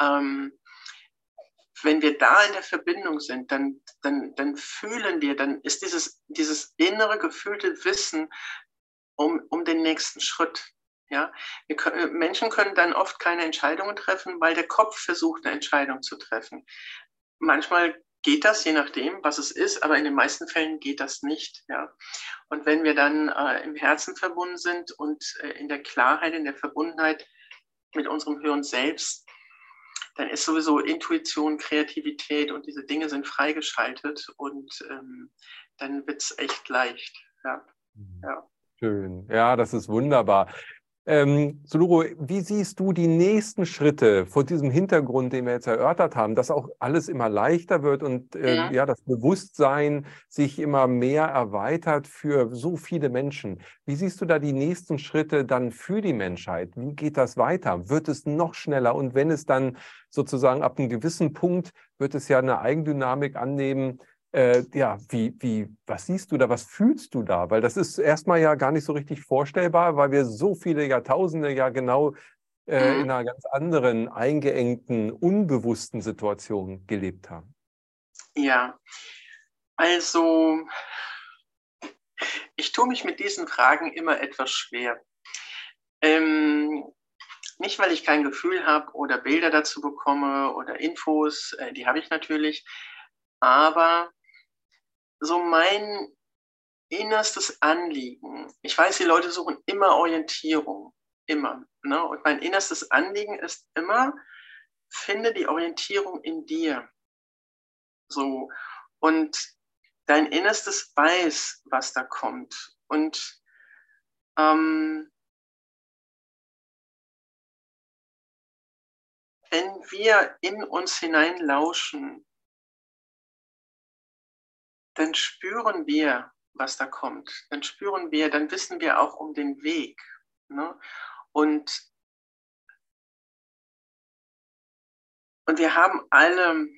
Wenn wir da in der Verbindung sind, dann fühlen wir, dann ist dieses innere gefühlte Wissen um den nächsten Schritt. Ja? Menschen können dann oft keine Entscheidungen treffen, weil der Kopf versucht, eine Entscheidung zu treffen. Manchmal geht das, je nachdem, was es ist, aber in den meisten Fällen geht das nicht. Ja? Und wenn wir dann im Herzen verbunden sind und in der Klarheit, in der Verbundenheit mit unserem höheren Selbst, dann ist sowieso Intuition, Kreativität und diese Dinge sind freigeschaltet und dann wird es echt leicht. Ja, ja. schön. Ja, das ist wunderbar. Suluro, wie siehst du die nächsten Schritte vor diesem Hintergrund, den wir jetzt erörtert haben, dass auch alles immer leichter wird und Mhm. ja, das Bewusstsein sich immer mehr erweitert für so viele Menschen? Wie siehst du da die nächsten Schritte dann für die Menschheit? Wie geht das weiter? Wird es noch schneller? Und wenn es dann sozusagen ab einem gewissen Punkt wird es ja eine Eigendynamik annehmen, ja, was siehst du da, was fühlst du da? Weil das ist erstmal ja gar nicht so richtig vorstellbar, weil wir so viele Jahrtausende ja genau Mhm. in einer ganz anderen, eingeengten, unbewussten Situation gelebt haben. Ja, also ich tue mich mit diesen Fragen immer etwas schwer. Ähm, Nicht, weil ich kein Gefühl habe oder Bilder dazu bekomme oder Infos, die habe ich natürlich, aber so mein innerstes Anliegen, ich weiß, die Leute suchen immer Orientierung, immer. Ne? Und mein innerstes Anliegen ist immer, finde die Orientierung in dir. So. Und dein Innerstes weiß, was da kommt. Und ähm, wenn wir in uns hineinlauschen, dann spüren wir, was da kommt. Dann spüren wir, dann wissen wir auch um den Weg. Ne? Und, und wir haben alle,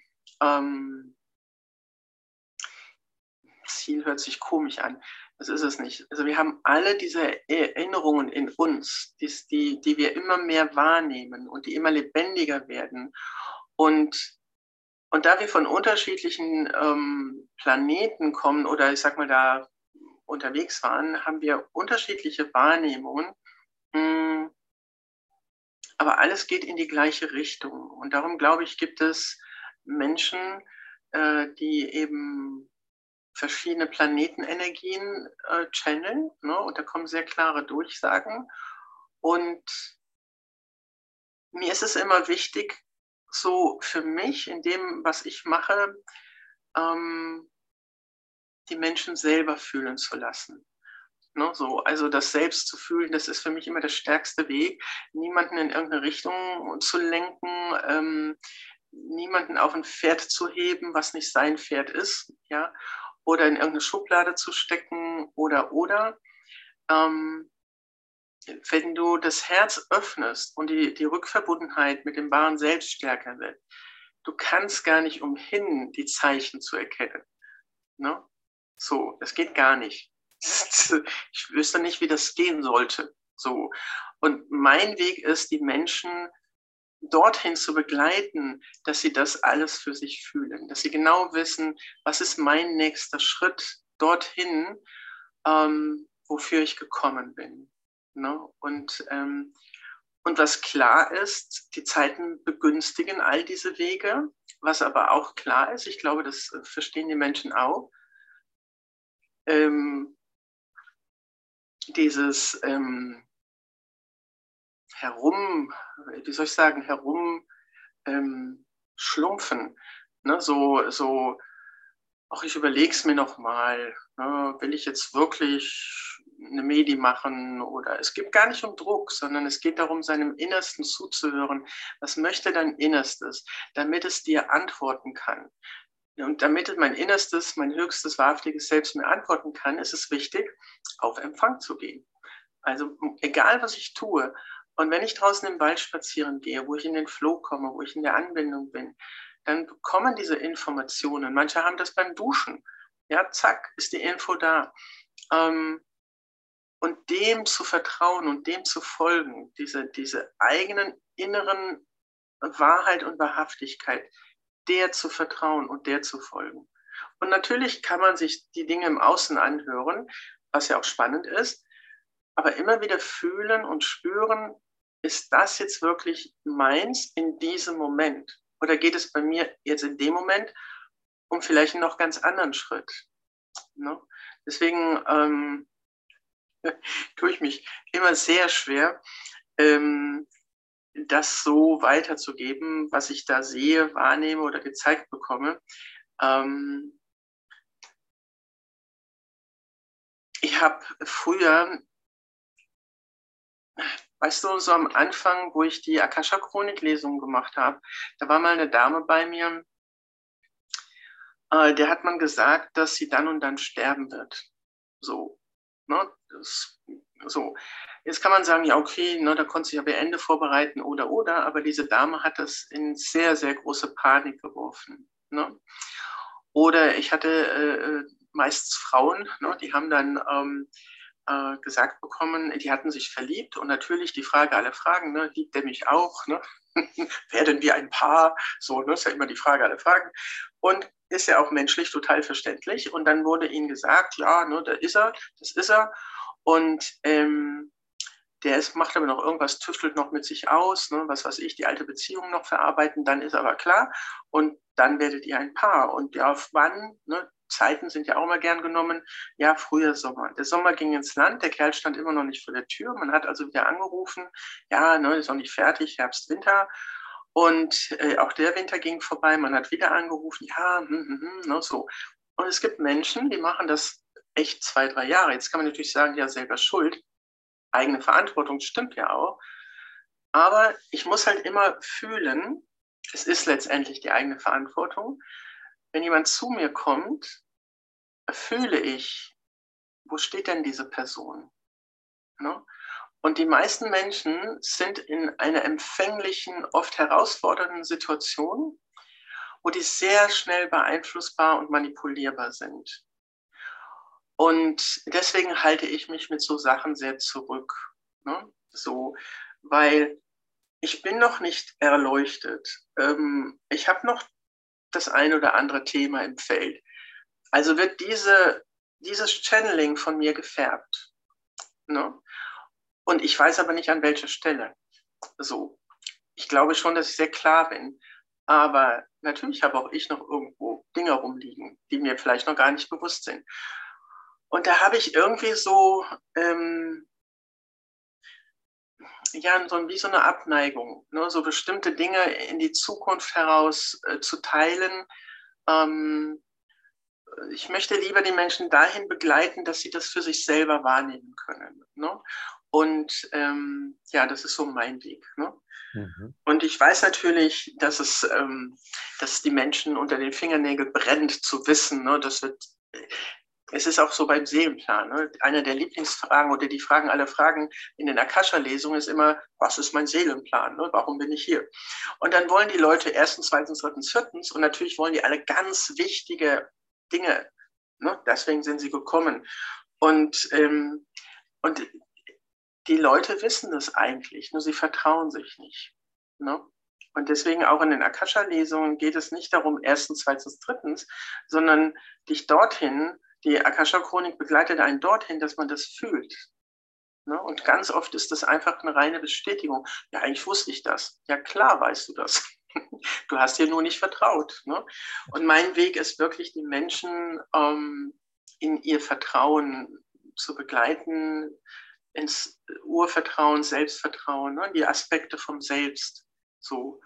Ziel hört sich komisch an, das ist es nicht. Also wir haben alle diese Erinnerungen in uns, die wir immer mehr wahrnehmen und die immer lebendiger werden. Und Und da wir von unterschiedlichen Planeten kommen oder ich sag mal da unterwegs waren, haben wir unterschiedliche Wahrnehmungen. Mm, Aber alles geht in die gleiche Richtung. Und darum glaube ich, gibt es Menschen, die eben verschiedene Planetenenergien channeln. Ne? Und da kommen sehr klare Durchsagen. Und mir ist es immer wichtig, so für mich in dem, was ich mache, ähm, die Menschen selber fühlen zu lassen. Ne, so, also das selbst zu fühlen, das ist für mich immer der stärkste Weg, niemanden in irgendeine Richtung zu lenken, niemanden auf ein Pferd zu heben, was nicht sein Pferd ist, ja, oder in irgendeine Schublade zu stecken oder. Ähm, Wenn du das Herz öffnest und die Rückverbundenheit mit dem wahren Selbst stärker wird, du kannst gar nicht umhin, die Zeichen zu erkennen. Ne? So, das geht gar nicht. Ich wüsste nicht, wie das gehen sollte. So. Und mein Weg ist, die Menschen dorthin zu begleiten, dass sie das alles für sich fühlen, dass sie genau wissen, was ist mein nächster Schritt dorthin, wofür ich gekommen bin. Ne? Und was klar ist, die Zeiten begünstigen all diese Wege. Was aber auch klar ist, ich glaube, das verstehen die Menschen auch, dieses schlumpfen, ne? Auch ich überlege es mir nochmal, ne? Will ich jetzt wirklich eine Medi machen, oder es geht gar nicht um Druck, sondern es geht darum, seinem Innersten zuzuhören. Was möchte dein Innerstes, damit es dir antworten kann? Und damit mein Innerstes, mein höchstes, wahrhaftiges Selbst mir antworten kann, ist es wichtig, auf Empfang zu gehen. Also egal, was ich tue. Und wenn ich draußen im Wald spazieren gehe, wo ich in den Flow komme, wo ich in der Anbindung bin, dann bekommen diese Informationen. Manche haben das beim Duschen. Ja, zack, ist die Info da. Und dem zu vertrauen und dem zu folgen, diese eigenen inneren Wahrheit und Wahrhaftigkeit, der zu vertrauen und der zu folgen. Und natürlich kann man sich die Dinge im Außen anhören, was ja auch spannend ist, aber immer wieder fühlen und spüren, ist das jetzt wirklich meins in diesem Moment? Oder geht es bei mir jetzt in dem Moment um vielleicht einen noch ganz anderen Schritt? Ne? Deswegen tue ich mich immer sehr schwer, das so weiterzugeben, was ich da sehe, wahrnehme oder gezeigt bekomme. Ich habe früher, weißt du, so am Anfang, wo ich die Akasha-Chronik-Lesung gemacht habe, da war mal eine Dame bei mir, der hat man gesagt, dass sie dann und dann sterben wird. So, ne? So. Jetzt kann man sagen, ja, okay, ne, da konnte sich aber Ende vorbereiten oder, aber diese Dame hat das in sehr, sehr große Panik geworfen. Ne? Oder ich hatte meistens Frauen, ne, die haben dann gesagt bekommen, die hatten sich verliebt, und natürlich die Frage aller Fragen, ne, liebt er mich auch? Ne? Werden wir ein Paar? So, ne, ist ja immer die Frage aller Fragen. Und ist ja auch menschlich total verständlich. Und dann wurde ihnen gesagt, ja, ne, da ist er, das ist er. Und macht aber noch irgendwas, tüftelt noch mit sich aus, ne, was weiß ich, die alte Beziehung noch verarbeiten, dann ist aber klar. Und dann werdet ihr ein Paar. Und ja, wann, ne, Zeiten sind ja auch immer gern genommen. Ja, früher Sommer. Der Sommer ging ins Land, der Kerl stand immer noch nicht vor der Tür. Man hat also wieder angerufen, ja, ne, ist noch nicht fertig, Herbst, Winter. Und auch der Winter ging vorbei, man hat wieder angerufen, ja, ne, so. Und es gibt Menschen, die machen das echt 2, 3 Jahre. Jetzt kann man natürlich sagen, ja, selber schuld. Eigene Verantwortung, stimmt ja auch. Aber ich muss halt immer fühlen, es ist letztendlich die eigene Verantwortung. Wenn jemand zu mir kommt, fühle ich, wo steht denn diese Person? Ne? Und die meisten Menschen sind in einer empfänglichen, oft herausfordernden Situation, wo die sehr schnell beeinflussbar und manipulierbar sind. Und deswegen halte ich mich mit so Sachen sehr zurück. Ne? So, weil ich bin noch nicht erleuchtet. Ich habe noch das ein oder andere Thema im Feld. Also wird dieses Channeling von mir gefärbt. Ne? Und ich weiß aber nicht, an welcher Stelle. So, ich glaube schon, dass ich sehr klar bin. Aber natürlich habe auch ich noch irgendwo Dinge rumliegen, die mir vielleicht noch gar nicht bewusst sind. Und da habe ich irgendwie so, wie so eine Abneigung, ne? So bestimmte Dinge in die Zukunft heraus zu teilen. Ich möchte lieber die Menschen dahin begleiten, dass sie das für sich selber wahrnehmen können. Ne? Und das ist so mein Weg. Ne? Mhm. Und ich weiß natürlich, dass die Menschen unter den Fingernägeln brennt zu wissen, ne? Es ist auch so beim Seelenplan. Ne? Einer der Lieblingsfragen oder die Fragen aller Fragen in den Akasha-Lesungen ist immer, was ist mein Seelenplan? Ne? Warum bin ich hier? Und dann wollen die Leute erstens, zweitens, drittens, viertens und natürlich wollen die alle ganz wichtige Dinge. Ne? Deswegen sind sie gekommen. Und die Leute wissen das eigentlich, nur sie vertrauen sich nicht. Ne? Und deswegen auch in den Akasha-Lesungen geht es nicht darum, erstens, zweitens, drittens, sondern dich dorthin, die Akasha-Chronik begleitet einen dorthin, dass man das fühlt. Ne? Und ganz oft ist das einfach eine reine Bestätigung. Ja, eigentlich wusste ich das. Ja, klar weißt du das. Du hast dir nur nicht vertraut. Ne? Und mein Weg ist wirklich, die Menschen in ihr Vertrauen zu begleiten, ins Urvertrauen, Selbstvertrauen, ne? Die Aspekte vom Selbst. So,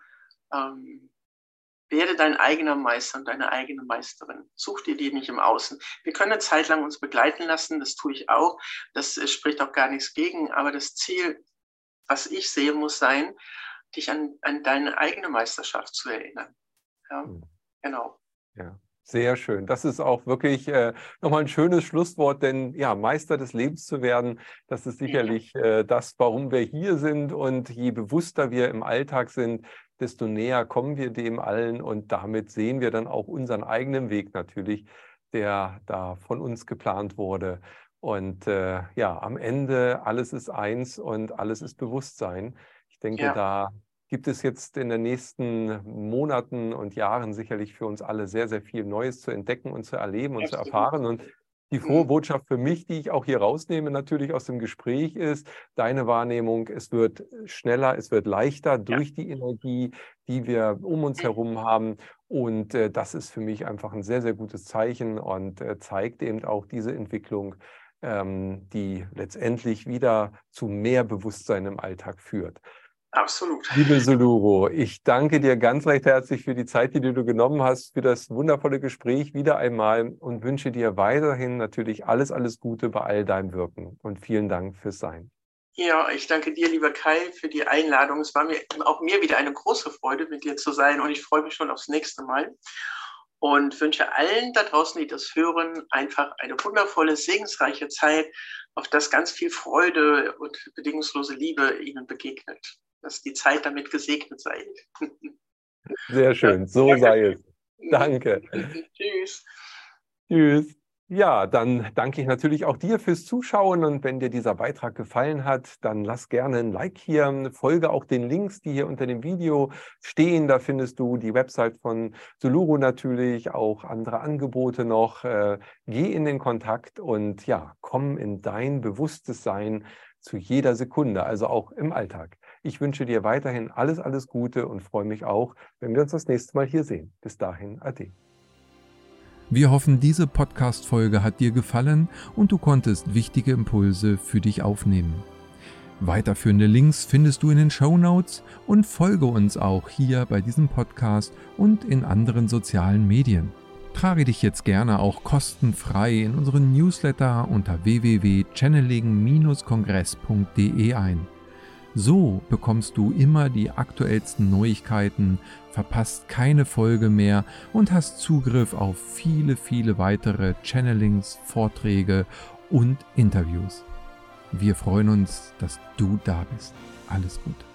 werde dein eigener Meister und deine eigene Meisterin. Such dir die nicht im Außen. Wir können eine Zeit lang uns begleiten lassen, das tue ich auch. Das spricht auch gar nichts gegen, aber das Ziel, was ich sehe, muss sein, dich an deine eigene Meisterschaft zu erinnern. Ja, genau. Ja. Sehr schön. Das ist auch wirklich nochmal ein schönes Schlusswort, denn ja, Meister des Lebens zu werden, das ist sicherlich das, warum wir hier sind. Und je bewusster wir im Alltag sind, desto näher kommen wir dem allen und damit sehen wir dann auch unseren eigenen Weg natürlich, der da von uns geplant wurde. Und ja, am Ende alles ist eins und alles ist Bewusstsein. Ich denke, da gibt es jetzt in den nächsten Monaten und Jahren sicherlich für uns alle sehr, sehr viel Neues zu entdecken und zu erleben und zu erfahren. Und die frohe Botschaft für mich, die ich auch hier rausnehme, natürlich aus dem Gespräch ist, deine Wahrnehmung, es wird schneller, es wird leichter durch die Energie, die wir um uns herum haben. Und das ist für mich einfach ein sehr, sehr gutes Zeichen und zeigt eben auch diese Entwicklung, die letztendlich wieder zu mehr Bewusstsein im Alltag führt. Absolut. Liebe Soluru, ich danke dir ganz recht herzlich für die Zeit, die du genommen hast, für das wundervolle Gespräch wieder einmal und wünsche dir weiterhin natürlich alles, alles Gute bei all deinem Wirken und vielen Dank fürs Sein. Ja, ich danke dir, lieber Kai, für die Einladung. Es war auch mir wieder eine große Freude, mit dir zu sein und ich freue mich schon aufs nächste Mal und wünsche allen da draußen, die das hören, einfach eine wundervolle, segensreiche Zeit, auf das ganz viel Freude und bedingungslose Liebe ihnen begegnet. Dass die Zeit damit gesegnet sei. Sehr schön, so sei es. Danke. Tschüss. Tschüss. Ja, dann danke ich natürlich auch dir fürs Zuschauen und wenn dir dieser Beitrag gefallen hat, dann lass gerne ein Like hier, folge auch den Links, die hier unter dem Video stehen, da findest du die Website von Soluru natürlich, auch andere Angebote noch, geh in den Kontakt und ja, komm in dein bewusstes Sein zu jeder Sekunde, also auch im Alltag. Ich wünsche dir weiterhin alles, alles Gute und freue mich auch, wenn wir uns das nächste Mal hier sehen. Bis dahin, ade. Wir hoffen, diese Podcast-Folge hat dir gefallen und du konntest wichtige Impulse für dich aufnehmen. Weiterführende Links findest du in den Shownotes und folge uns auch hier bei diesem Podcast und in anderen sozialen Medien. Trage dich jetzt gerne auch kostenfrei in unseren Newsletter unter www.channeling-kongress.de ein. So bekommst du immer die aktuellsten Neuigkeiten, verpasst keine Folge mehr und hast Zugriff auf viele, viele weitere Channelings, Vorträge und Interviews. Wir freuen uns, dass du da bist. Alles Gute.